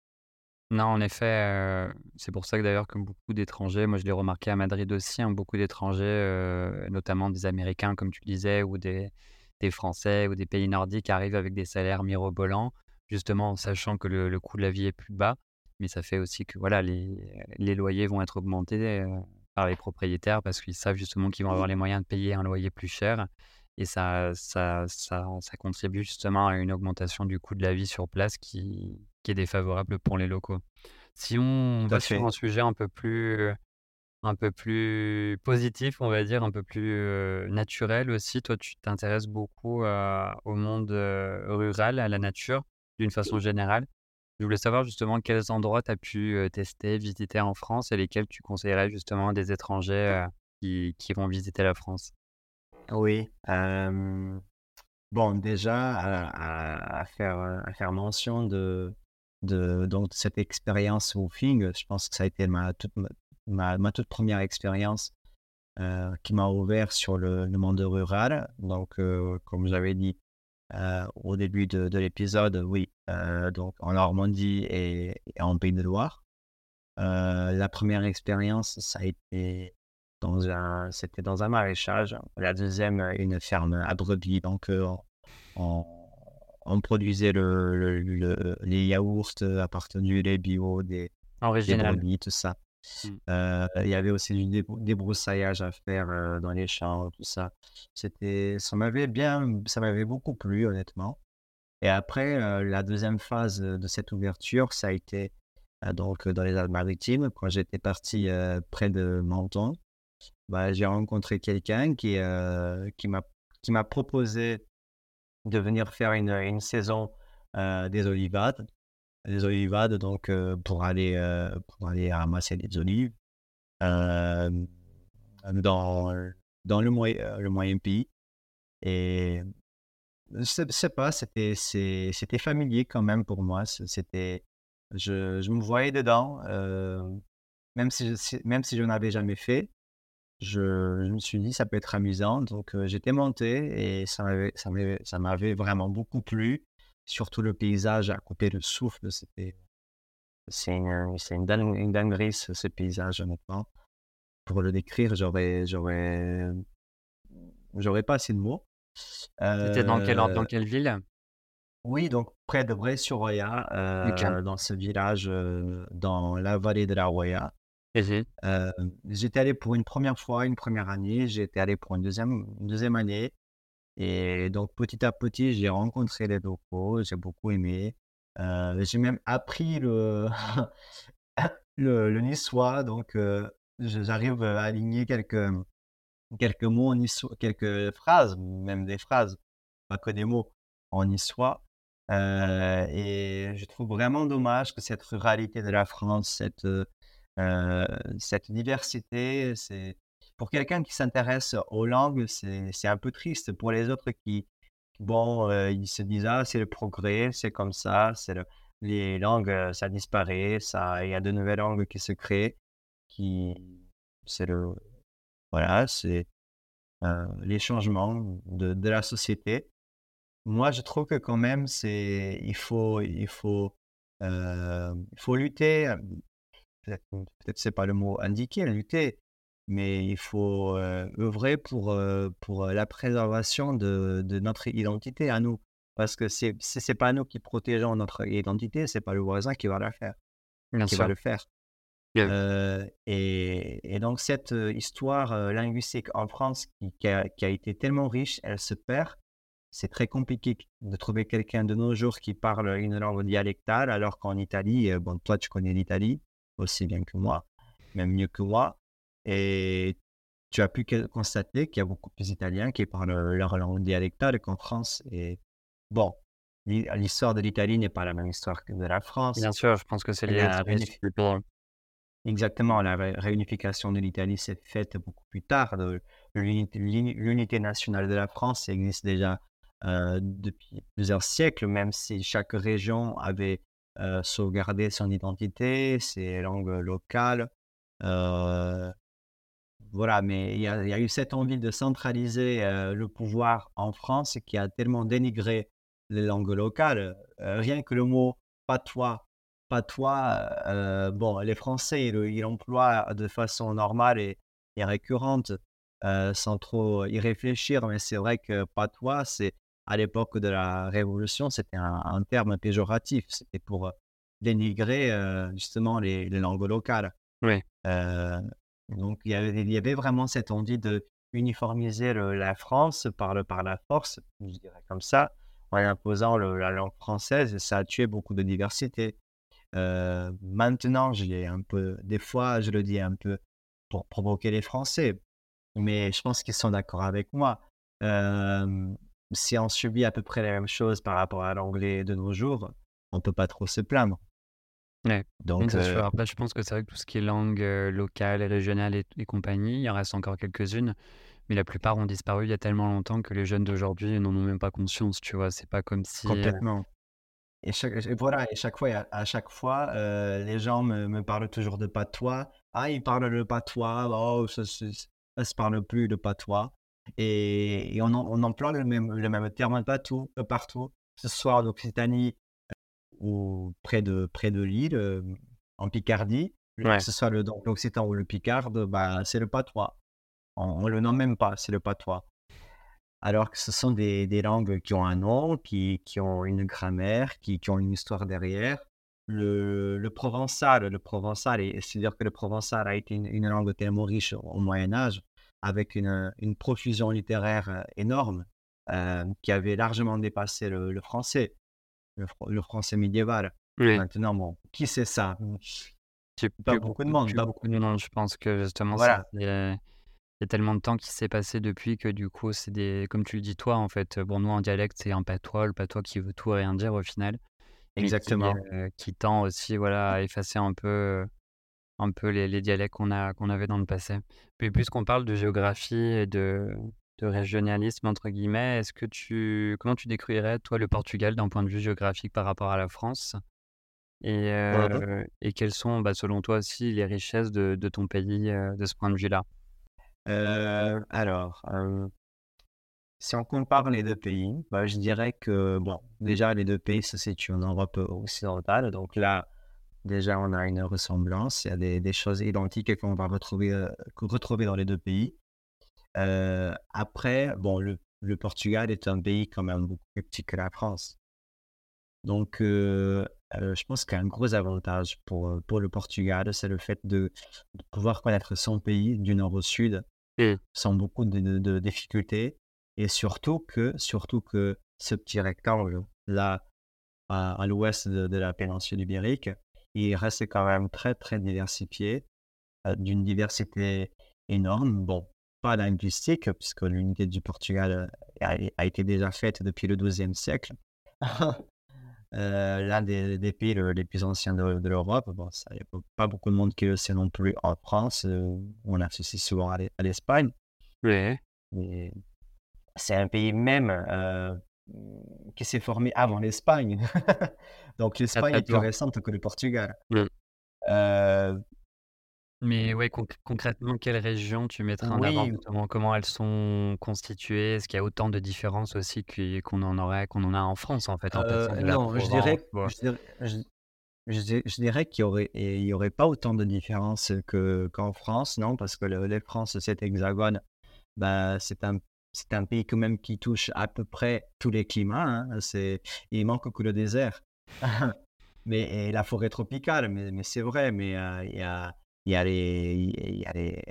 Non, en effet, heu, c'est pour ça que d'ailleurs que beaucoup d'étrangers, moi je l'ai remarqué à Madrid aussi, hein, beaucoup d'étrangers, heu, notamment des Américains comme tu le disais ou des des Français ou des pays nordiques arrivent avec des salaires mirobolants, justement en sachant que le le coût de la vie est plus bas. Mais ça fait aussi que voilà, les les loyers vont être augmentés, heu, par les propriétaires parce qu'ils savent justement qu'ils vont avoir les moyens de payer un loyer plus cher et ça ça ça ça contribue justement à une augmentation du coût de la vie sur place qui qui est défavorable pour les locaux. Si on Tout à va sur fait. un sujet un peu plus un peu plus positif, on va dire, un peu plus, heu, naturel aussi, toi tu t'intéresses beaucoup, heu, au monde, heu, rural, à la nature, d'une façon générale. Je voulais savoir justement quels endroits tu as pu, heu, tester, visiter en France et lesquels tu conseillerais justement à des étrangers, heu, qui qui vont visiter la France? Oui, hem, bon déjà à à à faire, heu, à faire mention de de donc cette expérience woofing, je pense que ça a été ma toute ma ma ma toute première expérience, heu, qui m'a ouvert sur le le monde rural. Donc, heu, comme j'avais dit, heu, au début de de l'épisode, oui, heu, donc en Normandie et et en Pays de Loire. Heu, la première expérience, ça a été dans un c'était dans un maraîchage. La deuxième e une ferme à brebis, donc, heu, on on on produisait le le le les yaourts, à partir du lait bio des des Original. brebis, tout ça. Mmh. Heu, il y avait aussi du débrou débroussaillage à faire, heu, dans les champs, tout ça. C'était ça m'avait bien ça m'avait beaucoup plu honnêtement et après, heu, la deuxième phase, heu, de cette ouverture, ça a été, heu, donc dans les Alpes-Maritimes. Quand j'étais parti, heu, près de Menton, bah, j'ai rencontré quelqu'un qui, heu, qui m'a qui m'a proposé de venir faire une, une saison, heu, des olivades. Les olivades donc, heu, pour aller, heu, pour aller ramasser des olives. Hem, dans, dans le moyen heu, le moyen pays et je sais je sais pas, c'était c'est c'était familier quand même pour moi. Ce c'était je je me voyais dedans, heu, même si je si même si je n'avais jamais fait, je je me suis dit: «Ça peut être amusant», donc, heu, j'étais monté et ça m'avait ça m'avait ça m'avait vraiment beaucoup plu. Surtout le paysage à couper le souffle, c'était c'est une, c'est une dingue une dinguerie ce ce paysage honnêtement. Pour le décrire, j'aurais j'aurais j'aurais pas assez de mots. C'était dans quelle or Heu, dans quelle ville? oui, donc près de Bray-sur-Roya, OK. heu, dans ce village, heu, dans la vallée de la Roya. Mmh. Heu, J'étais allé pour une première fois, une première année, j'étais allé pour une deuxième une deuxième année et donc petit à petit, j'ai rencontré les locaux, j'ai beaucoup aimé. Heu, j'ai même appris le le le niçois donc, heu, je j'arrive à aligner quelques quelques mots en niçois, quelques phrases, même des phrases, pas que des mots, en niçois. Heu et je trouve vraiment dommage que cette ruralité de la France, cette, heu heu, cette diversité, c'est pour quelqu'un qui s'intéresse aux langues, c'est c'est un peu triste. Pour les autres qui bon, heu, ils se disent: «Ah, c'est le progrès, c'est comme ça, c'est le les langues, heu, ça disparaît, ça il y a de nouvelles langues qui se créent, qui c'est le voilà, c'est heu, les changements de de la société. Moi, je trouve que quand même c'est il faut il faut, heu, il faut lutter, hem, peut-être peut-être c'est pas le mot indiqué, lutter, mais il faut, heu, œuvrer pour, heu, pour, heu, la préservation de de notre identité à nous. Parce que c'est si c'est pas nous qui protégeons notre identité, c'est pas le voisin qui va la faire Bien qui va sûr. le faire. Heu, Heu et et donc cette, heu, histoire, heu, linguistique en France qui qui a qui a été tellement riche, elle se perd. C'est très compliqué q de trouver quelqu'un de nos jours qui parle une langue dialectale, alors qu'en Italie, heu, bon, toi, tu connais l'Italie aussi bien que moi, même mieux que moi et tu as pu que constater qu'il y a beaucoup plus d'Italiens qui parlent, heu, leur langue dialectale qu'en France et bon, l'hi l'histoire de l'Italie n'est pas la même histoire que de la France. Bien sûr, je pense que c'est lié aux La réunif traditions du pays. Exactement, la ré réunification de l'Italie s'est faite beaucoup plus tard. Le l'unité l'uni l'unité nationale de la France existe déjà, heu, depuis plusieurs siècles, même si chaque région avait, heu, sauvegardé son identité, ses langues locales. Heu, voilà, mais il y a il y a eu cette envie de centraliser, heu, le pouvoir en France qui a tellement dénigré les langues locales. Heu, rien que le mot patois patois, heu, bon, les Français, ils le ils l'emploient de façon normale et et récurrente, heu, sans trop y réfléchir. Mais c'est vrai que patois, c'est à l'époque de la Révolution, c'était un un terme péjoratif. C'était pour, heu, dénigrer, heu, justement les les langues locales. Ouais. Heu, donc il y avait il y avait vraiment cette envie de uniformiser le la France par le par la force, je dirais comme ça, en imposant le la langue française et ça a tué beaucoup de diversité. Heu, maintenant, j'ai un peu des fois, je le dis un peu pour provoquer les Français, mais je pense qu'ils sont d'accord avec moi. Hem, Si on subit à peu près la même chose par rapport à l'anglais de nos jours, on peut pas trop se plaindre. Ouais. Mmh, Donc c'est sûr. heu, Après, je pense que c'est vrai que tout ce qui est langue, heu, locale et régionale et et compagnie, il en reste encore quelques-unes, mais la plupart ont disparu il y a tellement longtemps que les jeunes d'aujourd'hui n'en ont même pas conscience, tu vois? C'est pas comme si, heu complètement. Et chaque et voilà et chaque fois et à à chaque fois, heu, les gens me me parlent toujours de patois. «Ah, ils parlent le patois, oh ça c'est ça se parle plus le patois» et et on em on emploie le même le même terme partout heu, partout, que ce soit en Occitanie ou près de près de Lille, hem, en Picardie, le que ouais. ce soit le donc l'occitan ou le picarde, bah, c'est le patois. On on le nomme même pas, c'est le patois. Alors que ce sont des des langues qui ont un nom, qui qui ont une grammaire, qui qui ont une histoire derrière. Le le provençal le provençal et c'est-à-dire que le provençal a été une une langue tellement riche au au Moyen Âge, avec une, une profusion littéraire, heu, énorme, hem, qui avait largement dépassé le le français, le fran le français médiéval. Ouais. Maintenant, bon, qui sait ça? Mmh, J'ai pas plus beaucoup de beaucoup monde, plus pas beaucoup de monde. Je pense que justement c'est voilà, il y a il y a tellement de temps qui s'est passé depuis que du coup c'est des comme tu le dis toi en fait, bon nous en dialecte c'est un patois, le patois qui veut tout et rien dire au final, mais qui, exactement. heu, qui tend aussi voilà à effacer un peu, heu, un peu les les dialectes qu'on a qu'on avait dans le passé. Puis puisqu'on parle de géographie et de de «régionalisme» entre guillemets, est-ce que tu comment tu décrirais toi le Portugal d'un point de vue géographique par rapport à la France? Et Mmh. heu et quelles sont, bah, selon toi aussi les richesses de de ton pays, heu, de ce point de vue-là? Heu, alors, hem si on compare les deux pays, bah, je dirais que, bon, déjà les deux pays se situent en Europe, heu, occidentale, donc là, déjà on a une ressemblance. Il y a des des choses identiques qu'on va retrouver, heu, que retrouver dans les deux pays. Heu, après, bon, le le Portugal est un pays quand même beaucoup plus petit que la France. Donc heu heu, je pense qu'un gros avantage pour, heu, pour le Portugal, c'est le fait de de pouvoir connaître son pays du nord au sud Mmh. sans beaucoup de de de difficultés et surtout que surtout que ce petit rectangle-là, à à l'ouest de de la péninsule ibérique, il reste quand même très, très diversifié, heu, d'une diversité énorme. Bon, pas linguistique, puisque l'unité du Portugal, heu, a a été déjà faite depuis le douzième siècle. Heu, l'un des des pays le les plus anciens de de l'Europe. Bon, ça, il y a pas pas beaucoup de monde qui le sait non plus en France, heu, on associe souvent à l'E à l'Espagne. Ouais, Mais c'est un pays même, heu, mmh, qui s'est formé avant l'Espagne. Donc très, l'Espagne très est plus tôt. récente que le Portugal. Mmh. Heu, Mais ouais, conc concrètement, quelles régions tu mettrais en avant oui, justement? Comment elles sont constituées? Est-ce qu'il y a autant de différences aussi qui qu'on en aurait qu'on en a en France, en fait, en heu, passant de la non, je Provence, dirais tu vois? je dirais je je di je dirais qu'il y aurait et il y aurait pas autant de différences que qu'en France, non, parce que le les France, cet hexagone, bah, c'est un c'est un pays quand même qui touche à peu près tous les climats, hein. C'est il manque que le désert. Mais et la forêt tropicale, mais mais c'est vrai, mais heu, il y a il y a les il y a les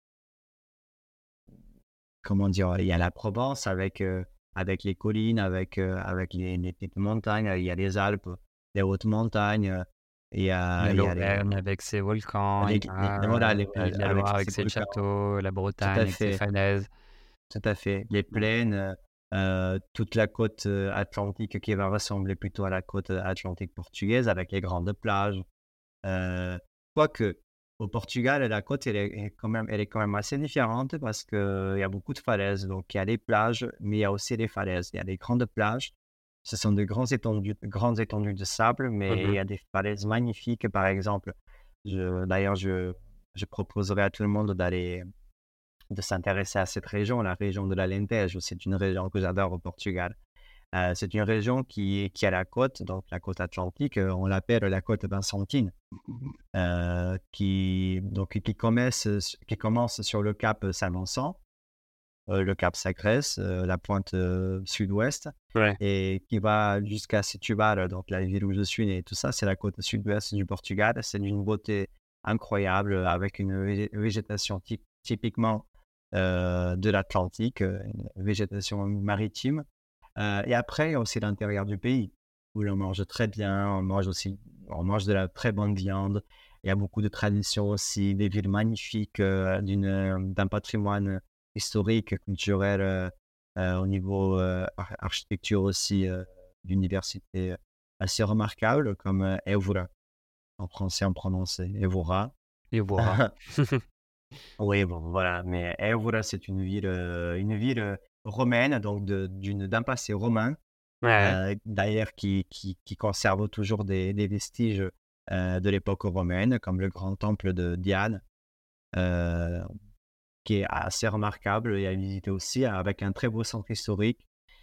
comment dire? Il y a la Provence avec, heu, avec les collines, avec, heu, avec les les petites montagnes, il y a les Alpes, les hautes montagnes, heu, il y Il y a a il y a les l'Auvergne avec ses volcans, il les y les a, voilà, heu, les Pays de la avec Loire avec ces ses volcans. châteaux, la Tout à Bretagne avec ses fait, falaises. tout à fait. Les Mmh. plaines, heu heu, toute la côte, heu, atlantique qui va ressembler plutôt à la côte, heu, atlantique portugaise avec les grandes plages. Heu, Quoique, au Portugal, la côte, elle est est quand même elle est quand même assez différente parce qu'il y a beaucoup de falaises. Donc il y a les plages, mais il y a aussi les falaises. Il y a des grandes plages. Ce sont de grands étendues grandes étendues de sable, mais il Mmh. y a des falaises magnifiques, par exemple. Je d'ailleurs, je je proposerais à tout le monde d'aller de s'intéresser à cette région, la région de l'Alentejo. C'est une région que j'adore au Portugal. Euh, c'est une région qui, est- qui a la côte, donc la côte atlantique, euh, on l'appelle la côte byzantine, euh, qui, donc, qui, commence, qui commence sur le cap Saint-Vincent, euh, le cap Sacrès, euh, la pointe euh, sud-ouest, Ouais. et qui va jusqu'à Setúbal, donc la ville où je suis, et tout ça, c'est la côte sud-ouest du Portugal. C'est d'une beauté incroyable, avec une végé- végétation ty- typiquement euh, de l'Atlantique, euh, une végétation maritime. Euh, et après, il y a aussi l'intérieur du pays, où l'on mange très bien, on mange aussi, on mange de la très bonne viande. Il y a beaucoup de traditions aussi, des villes magnifiques, euh, d'une, d'un patrimoine historique, culturel, euh, euh, au niveau euh, ar- architecture aussi, euh, d'université assez remarquable, comme euh, Évora. En français, on prononce Évora. Et voilà. Oui, bon, voilà. Mais Évora, c'est une ville, euh, une ville euh, romaine, donc de- d'une, d'un passé romain, Ouais. euh, d'ailleurs qui, qui, qui conserve toujours des, des vestiges euh, de l'époque romaine, comme le grand temple de Diane, euh, qui est assez remarquable et à visiter aussi, avec un très beau centre historique.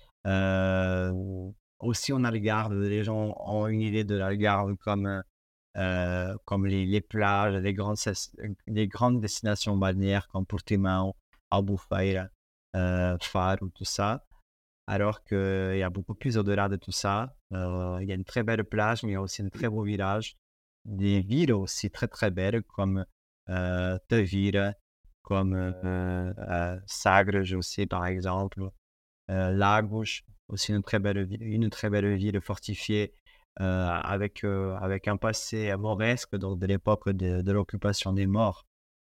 Euh, Aussi, on a Algarve. Les gens ont une idée de l'Algarve comme, euh, comme les, les plages, les grandes, ces- les grandes destinations balnéaires comme Portimão, Albufeira, euh, Faro, tout ça. Alors qu'il y a beaucoup plus au-delà de tout ça. Euh, il y a une très belle plage, mais il y a aussi un très beau village. Des villes aussi très très belles comme euh, Tavira, comme euh, euh, Sagres aussi par exemple. Euh, Lagos, aussi une très belle ville, une très belle ville fortifiée euh, avec, euh, avec un passé mauresque, donc de l'époque de, de l'occupation des Maures.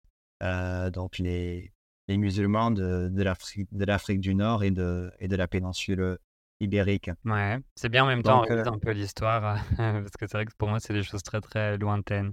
Euh, donc les, les musulmans de, de l'Afrique, de l'Afrique du Nord et de, et de la péninsule ibérique. Ouais. C'est bien en même temps, on Donc, euh, révise un peu l'histoire, parce que c'est vrai que pour moi, c'est des choses très, très lointaines.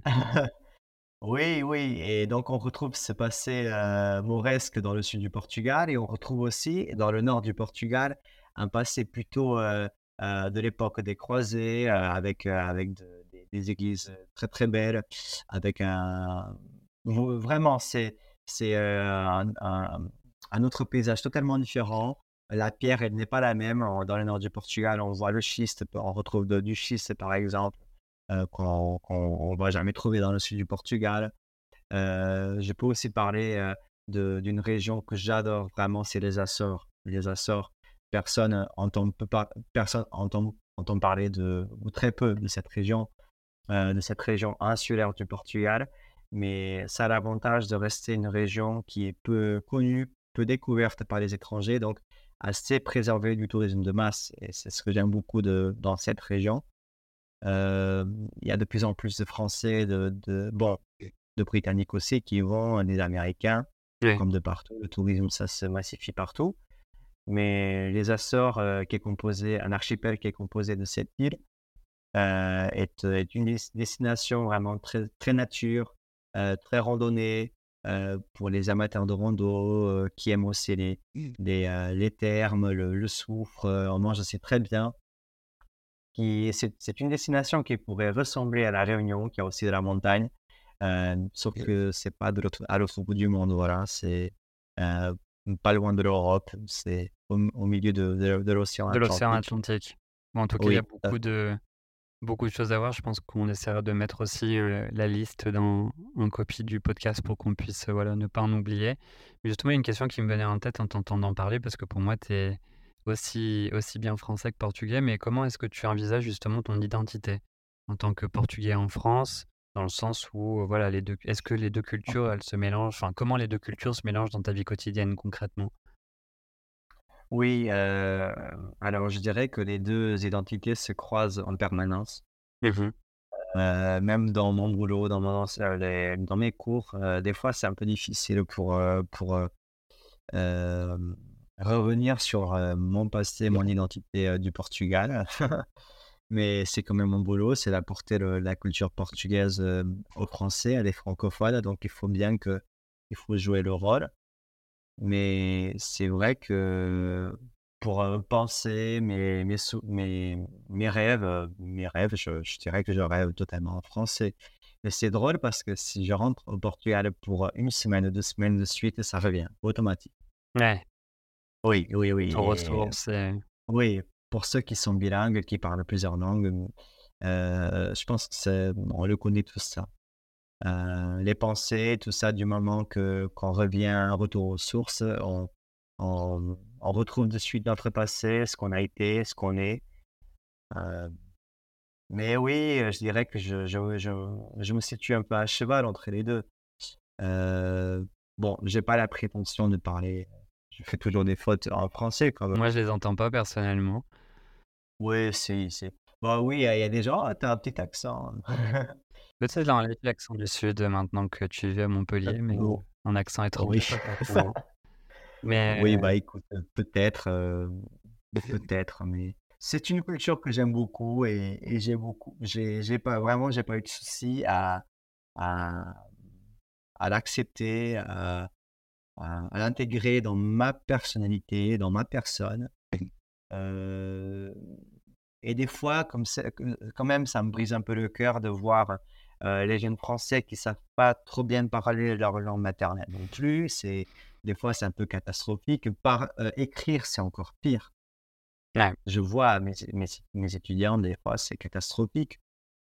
oui, oui, et donc on retrouve ce passé euh, mauresque dans le sud du Portugal et on retrouve aussi dans le nord du Portugal un passé plutôt euh, euh, de l'époque des croisés euh, avec, euh, avec de- des, des églises très très belles, avec un... v- Vraiment, c'est, c'est euh, un, un- un autre paysage totalement différent. La pierre, elle n'est pas la même. En- Dans le nord du Portugal, on voit le schiste, on retrouve de- du schiste par exemple euh, qu'on qu'on ne va jamais trouver dans le sud du Portugal. Euh, je peux aussi parler euh, de- d'une région que j'adore vraiment, c'est les Açores. Les Açores, personne entend, peut pas, personne entend, entend parler de, ou très peu de cette région, euh, de cette région insulaire du Portugal, mais ça a l'avantage de rester une région qui est peu connue, peu découverte par les étrangers, donc assez préservée du tourisme de masse. Et c'est ce que j'aime beaucoup de, dans cette région. Euh, Il y a de plus en plus de Français, de, de, bon, de Britanniques aussi qui vont, des Américains, Ouais. comme de partout. Le tourisme, ça se massifie partout. Mais les Açores, euh, qui est composé, un archipel qui est composé de sept îles, euh, est, est une des- destination vraiment très, très nature, euh, très randonnée, euh, pour les amateurs de rando, euh, qui aiment aussi les, les, euh, les thermes, le, le soufre. Euh, on mange aussi très bien. Qui, c'est, c'est une destination qui pourrait ressembler à La Réunion, qui a aussi de la montagne, euh, sauf que c'est pas de l'autre, à l'autre bout du monde, voilà, c'est euh, pas loin de l'Europe, c'est au, au milieu de, de, de l'océan De l'océan Atlantique. Atlantique. Bon, en tout cas, il y a Oui, tout à beaucoup de beaucoup de choses à voir. Je pense qu'on essaiera de mettre aussi, heu, la liste dans en copie du podcast pour qu'on puisse, heu, voilà, ne pas en oublier. Mais justement, il y a une question qui me venait en tête en t'entendant parler parce que pour moi, tu es aussi aussi bien français que portugais, mais comment est-ce que tu envisages justement ton identité en tant que portugais en France? Dans le sens où, heu, voilà, les deux est-ce que les deux cultures, elles se mélangent? Enfin, comment les deux cultures se mélangent dans ta vie quotidienne concrètement? Oui, euh, alors je dirais que les deux identités se croisent en permanence. Mmh. Euh, même dans mon boulot, dans, mon, euh, les- dans mes cours, euh, des fois c'est un peu difficile pour, euh, pour euh, euh, revenir sur euh, mon passé, mon identité euh, du Portugal. Mais c'est quand même mon boulot, c'est d'apporter le- la culture portugaise euh, aux Français, à les francophones, donc il faut bien que il faut jouer le rôle. Mais c'est vrai que pour euh, penser mes, mes, sou- mes, mes rêves, euh, mes rêves, je, je dirais que je rêve totalement en français. Mais c'est drôle parce que si je rentre au Portugal pour une semaine ou deux semaines de suite, ça revient automatique. Ouais, Oui, oui, tu oui. te Et ressources et oui, pour ceux qui sont bilingues, qui parlent plusieurs langues, euh, je pense que c'est, on le connaît tout ça. Euh, les pensées, tout ça, du moment que qu'on revient, retour aux sources, on, on, on retrouve de suite notre passé, ce qu'on a été, ce qu'on est. Euh, mais oui, euh, je dirais que je, je, je, je me situe un peu à cheval entre les deux. Euh, bon, j'ai pas la prétention de parler. Je fais toujours des fautes en français quand même. Moi, je les entends pas personnellement. Oui, si, si. Bon, oui, il y, a il y a des gens, ah, t'as un petit accent. Peut-être dans l'accent du sud maintenant que tu vis à Montpellier, mais Oh, un accent oui, étranger, pas ça. forcément. Mais Oui, bah écoute, euh, peut-être, euh, peut-être, mais c'est une culture que j'aime beaucoup et, et j'ai beaucoup, j'ai, j'ai pas vraiment, j'ai pas eu de souci à, à, à l'accepter, à, à, à l'intégrer dans ma personnalité, dans ma personne. Euh, et des fois, comme c'est- que- quand même, ça me brise un peu le cœur de voir euh, les jeunes Français qui savent pas trop bien parler leur langue maternelle non plus. C'est, des fois, c'est un peu catastrophique. Par euh, écrire, c'est encore pire. ouais, Je vois mes, mes, mes étudiants, des fois, c'est catastrophique.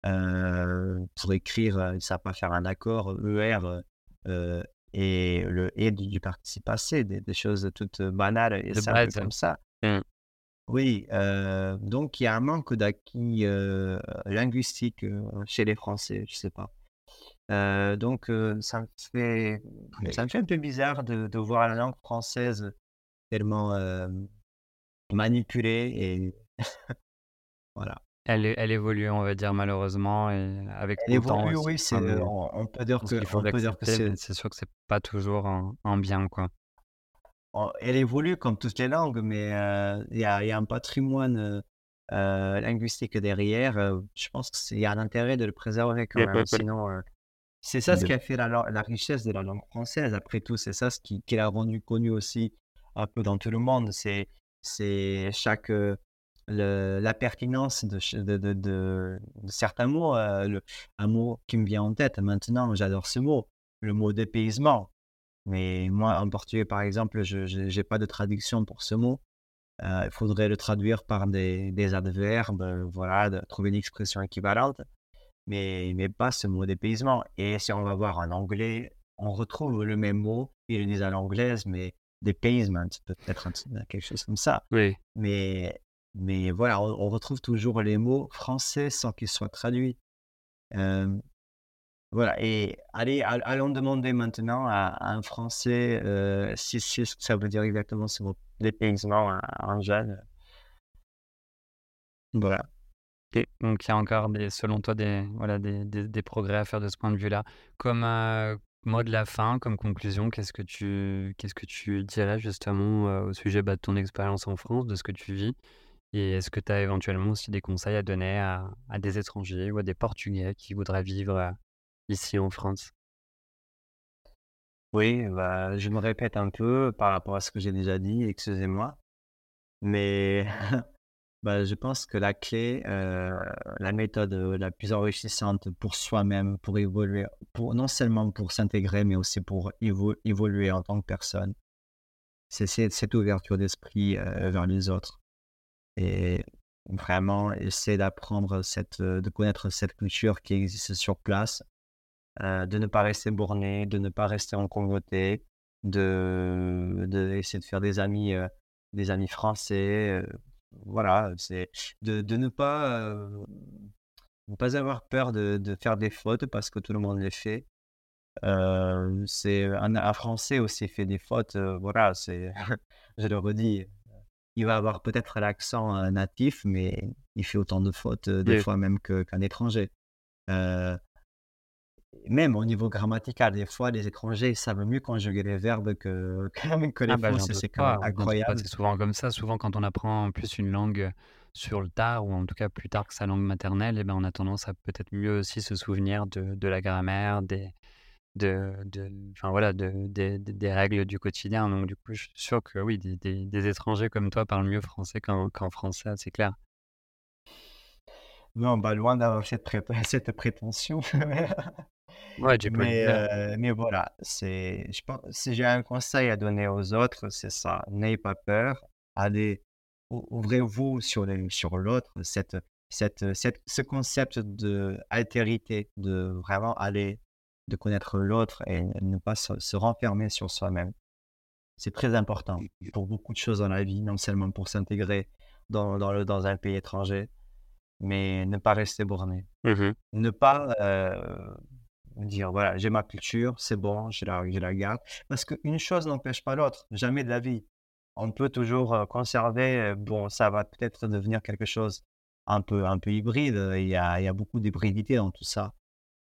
Euh, pour écrire, euh, ils ne savent pas faire un accord, E R, euh, euh, et le et du, du participe passé, des, des choses toutes banales et de simples base. comme ça. Mm. Oui, heu, donc il y a un manque d'acquis, heu, linguistique, heu, chez les Français, je sais pas. Heu, donc heu, ça me fait ça me fait un peu bizarre de de voir la langue française tellement, hem, manipulée et voilà. Elle, é- elle évolue, on va dire, malheureusement, et avec Elle le temps évolue, aussi. oui, c'est, Enfin, mais on on peut je dire pense que qu'il faut on peut dire que l'accepter, c'est mais c'est sûr que c'est pas toujours un, un bien, quoi. on elle évolue comme toutes les langues, mais heu, il y a il y a un patrimoine, heu heu, linguistique derrière, heu, je pense que c'est il y a un intérêt de le préserver quand même, sinon, heu c'est ça ce qui a fait la, lan- la richesse de la langue française. Après tout, c'est ça ce qui, qui l'a rendu connu aussi un peu dans tout le monde. C'est, c'est chaque euh, le- la pertinence de, ch- de, de, de- de certains mots. Euh, le- un mot qui me vient en tête maintenant, j'adore ce mot, le mot dépaysement. Mais moi, en portugais, par exemple, je n'ai pas de traduction pour ce mot. Euh, il faudrait le traduire par des, des adverbes, euh, voilà, de trouver une expression équivalente mais, mais pas ce mot dépaysement. Et si on va voir en anglais, on retrouve le même mot, ils le disent à l'anglaise, mais dépaysement, peut-être un truc- quelque chose comme ça. Oui. Mais, mais voilà, on, on retrouve toujours les mots français sans qu'ils soient traduits. Euh, voilà, et allez, all- allons demander maintenant à, à un Français euh, si, si ce que ça veut dire exactement ce mot dépaysement en en jeune. Voilà. Ok. Donc il y a encore des, selon toi, des, voilà, des, des, des progrès à faire de ce point de vue-là. Comme euh, mot de la fin, comme conclusion, qu'est-ce que tu, qu'est-ce que tu dirais justement euh, au sujet bah, de ton expérience en France, de ce que tu vis? Et est-ce que tu as éventuellement aussi des conseils à donner à, à des étrangers ou à des Portugais qui voudraient vivre euh, ici en France? Oui, bah, je me répète un peu par rapport à ce que j'ai déjà dit, excusez-moi. Mais bah, je pense que la clé, euh, la méthode euh, la plus enrichissante pour soi-même, pour évoluer, pour, non seulement pour s'intégrer, mais aussi pour évo- évoluer en tant que personne, c'est c'est- cette ouverture d'esprit euh, vers les autres. Et vraiment essayer d'apprendre cette, euh, de connaître cette culture qui existe sur place, euh, de ne pas rester borné, de ne pas rester en communauté, de, de essayer de faire des amis, euh, des amis français. euh, voilà, c'est de, de ne pas, euh, ne pas avoir peur de, de faire des fautes parce que tout le monde les fait. Euh, c'est un, un Français aussi fait des fautes. euh, voilà, c'est, je le redis, il va avoir peut-être l'accent euh, natif, mais il fait autant de fautes euh, des Oui. fois même que- qu'un étranger. Euh, Même au niveau grammatical, des fois, les étrangers, ils savent mieux conjuguer les verbes que, que, que Ah les bah j'en Français. doute C'est quand même pas, j'en doute pas, incroyable. c'est souvent comme ça. Souvent quand on apprend en plus une langue euh, sur le tard, ou en tout cas plus tard que sa langue maternelle, et ben on a tendance à peut-être mieux aussi se souvenir de, de la grammaire, des, de, de, enfin voilà, de, des, des- des règles du quotidien. Donc du coup, je suis sûr que oui, des, des- des étrangers comme toi parlent mieux français qu'en qu'en français, c'est clair. Non, bah, loin d'avoir cette, pré- cette prétention. Ouais, tu peux le Mais, dire. euh, mais voilà, c'est, je pense, si j'ai un conseil à donner aux autres, c'est ça. N'ayez pas peur. Allez ouvrez-vous sur, les, sur l'autre, cette, cette, cette, ce concept d'altérité, de vraiment aller, de connaître l'autre et ne pas se, se renfermer sur soi-même. C'est très important pour beaucoup de choses dans la vie, non seulement pour s'intégrer dans, dans, le, dans un pays étranger, mais ne pas rester borné. Mmh. Ne pas euh, dire, voilà, j'ai ma culture, c'est bon, je la, je la garde. Parce qu'une chose n'empêche pas l'autre, jamais de la vie. On peut toujours euh, conserver, euh, bon, ça va peut-être devenir quelque chose un peu, un peu hybride, il y a, il y a beaucoup d'hybridité dans tout ça.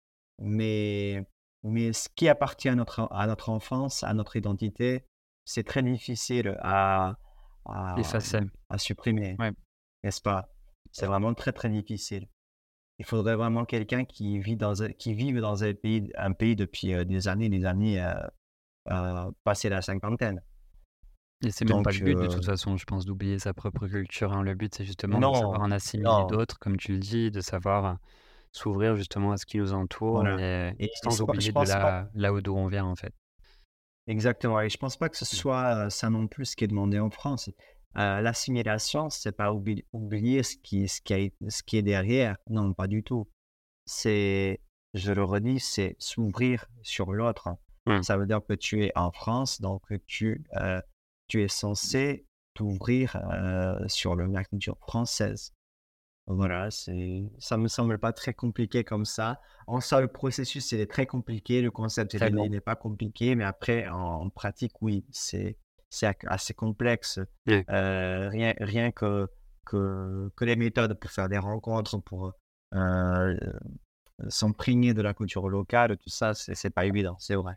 Mais, mais ce qui appartient à notre, à notre enfance, à notre identité, c'est très difficile à, à, Effacer. à supprimer, Ouais. n'est-ce pas? C'est vraiment très, très difficile. Il faudrait vraiment quelqu'un qui vit dans un, qui vive dans un pays, un pays depuis euh, des années, des années, euh, euh, passé la cinquantaine. Et c'est même pas Donc, le but de euh, toute façon, je pense, d'oublier sa propre culture, hein. Le but, c'est justement de savoir non, en assimiler non, d'autres, comme tu le dis, de savoir euh, s'ouvrir justement à ce qui nous entoure voilà. et Et, et sans c'est pas- je oublier de pense pas, là, là où d'où on vient en fait. exactement, et je pense pas que ce soit euh, ça non plus ce qui est demandé en France. Euh, l'assimilation, c'est pas oublier, oublier ce qui, ce qui a- ce qui est derrière. Non, pas du tout. C'est, je le redis, c'est s'ouvrir sur l'autre. Mmh. Ça veut dire que tu es en France, donc tu, euh, tu es censé t'ouvrir euh, sur le- la culture française. Voilà, c'est, ça me semble pas très compliqué comme ça. En soi, le processus, il est très compliqué. Le concept, il Très est- long. il n'est pas compliqué, mais après, en, en pratique, oui, c'est, c'est ac- assez complexe. Ouais. Euh, rien, rien que, que, que les méthodes pour faire des rencontres, pour euh, s'imprégner de la culture locale, tout ça, c'est, c'est pas évident, c'est vrai.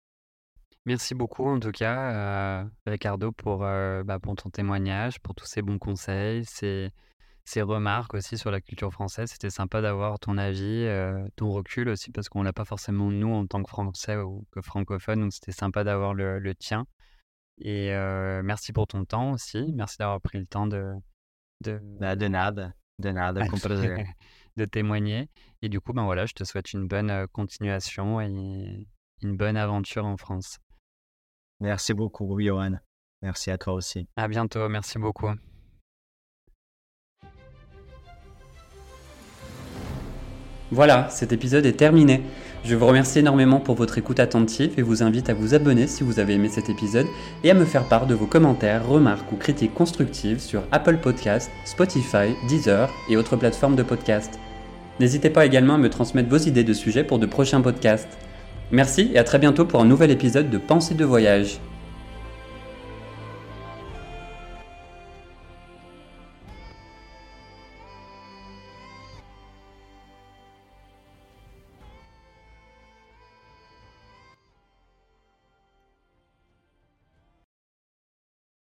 Merci beaucoup en tout cas, euh, Ricardo, pour, euh, bah, pour ton témoignage, pour tous ces bons conseils, ces, ces remarques aussi sur la culture française. C'était sympa d'avoir ton avis, euh, ton recul aussi, parce qu'on l'a pas forcément nous en tant que Français ou que francophone, donc c'était sympa d'avoir le, le tien. Et euh, merci pour ton temps aussi. Merci d'avoir pris le temps de, de, Bah, de nada, de nada, com prazer. de témoigner. Et du coup, ben voilà, je te souhaite une bonne euh, continuation et une bonne aventure en France. Merci beaucoup, Johan. Merci à toi aussi. À bientôt. Merci beaucoup. Voilà, cet épisode est terminé. Je vous remercie énormément pour votre écoute attentive et vous invite à vous abonner si vous avez aimé cet épisode et à me faire part de vos commentaires, remarques ou critiques constructives sur Apple Podcasts, Spotify, Deezer et autres plateformes de podcast. N'hésitez pas également à me transmettre vos idées de sujets pour de prochains podcasts. Merci et à très bientôt pour un nouvel épisode de Pensée de voyage.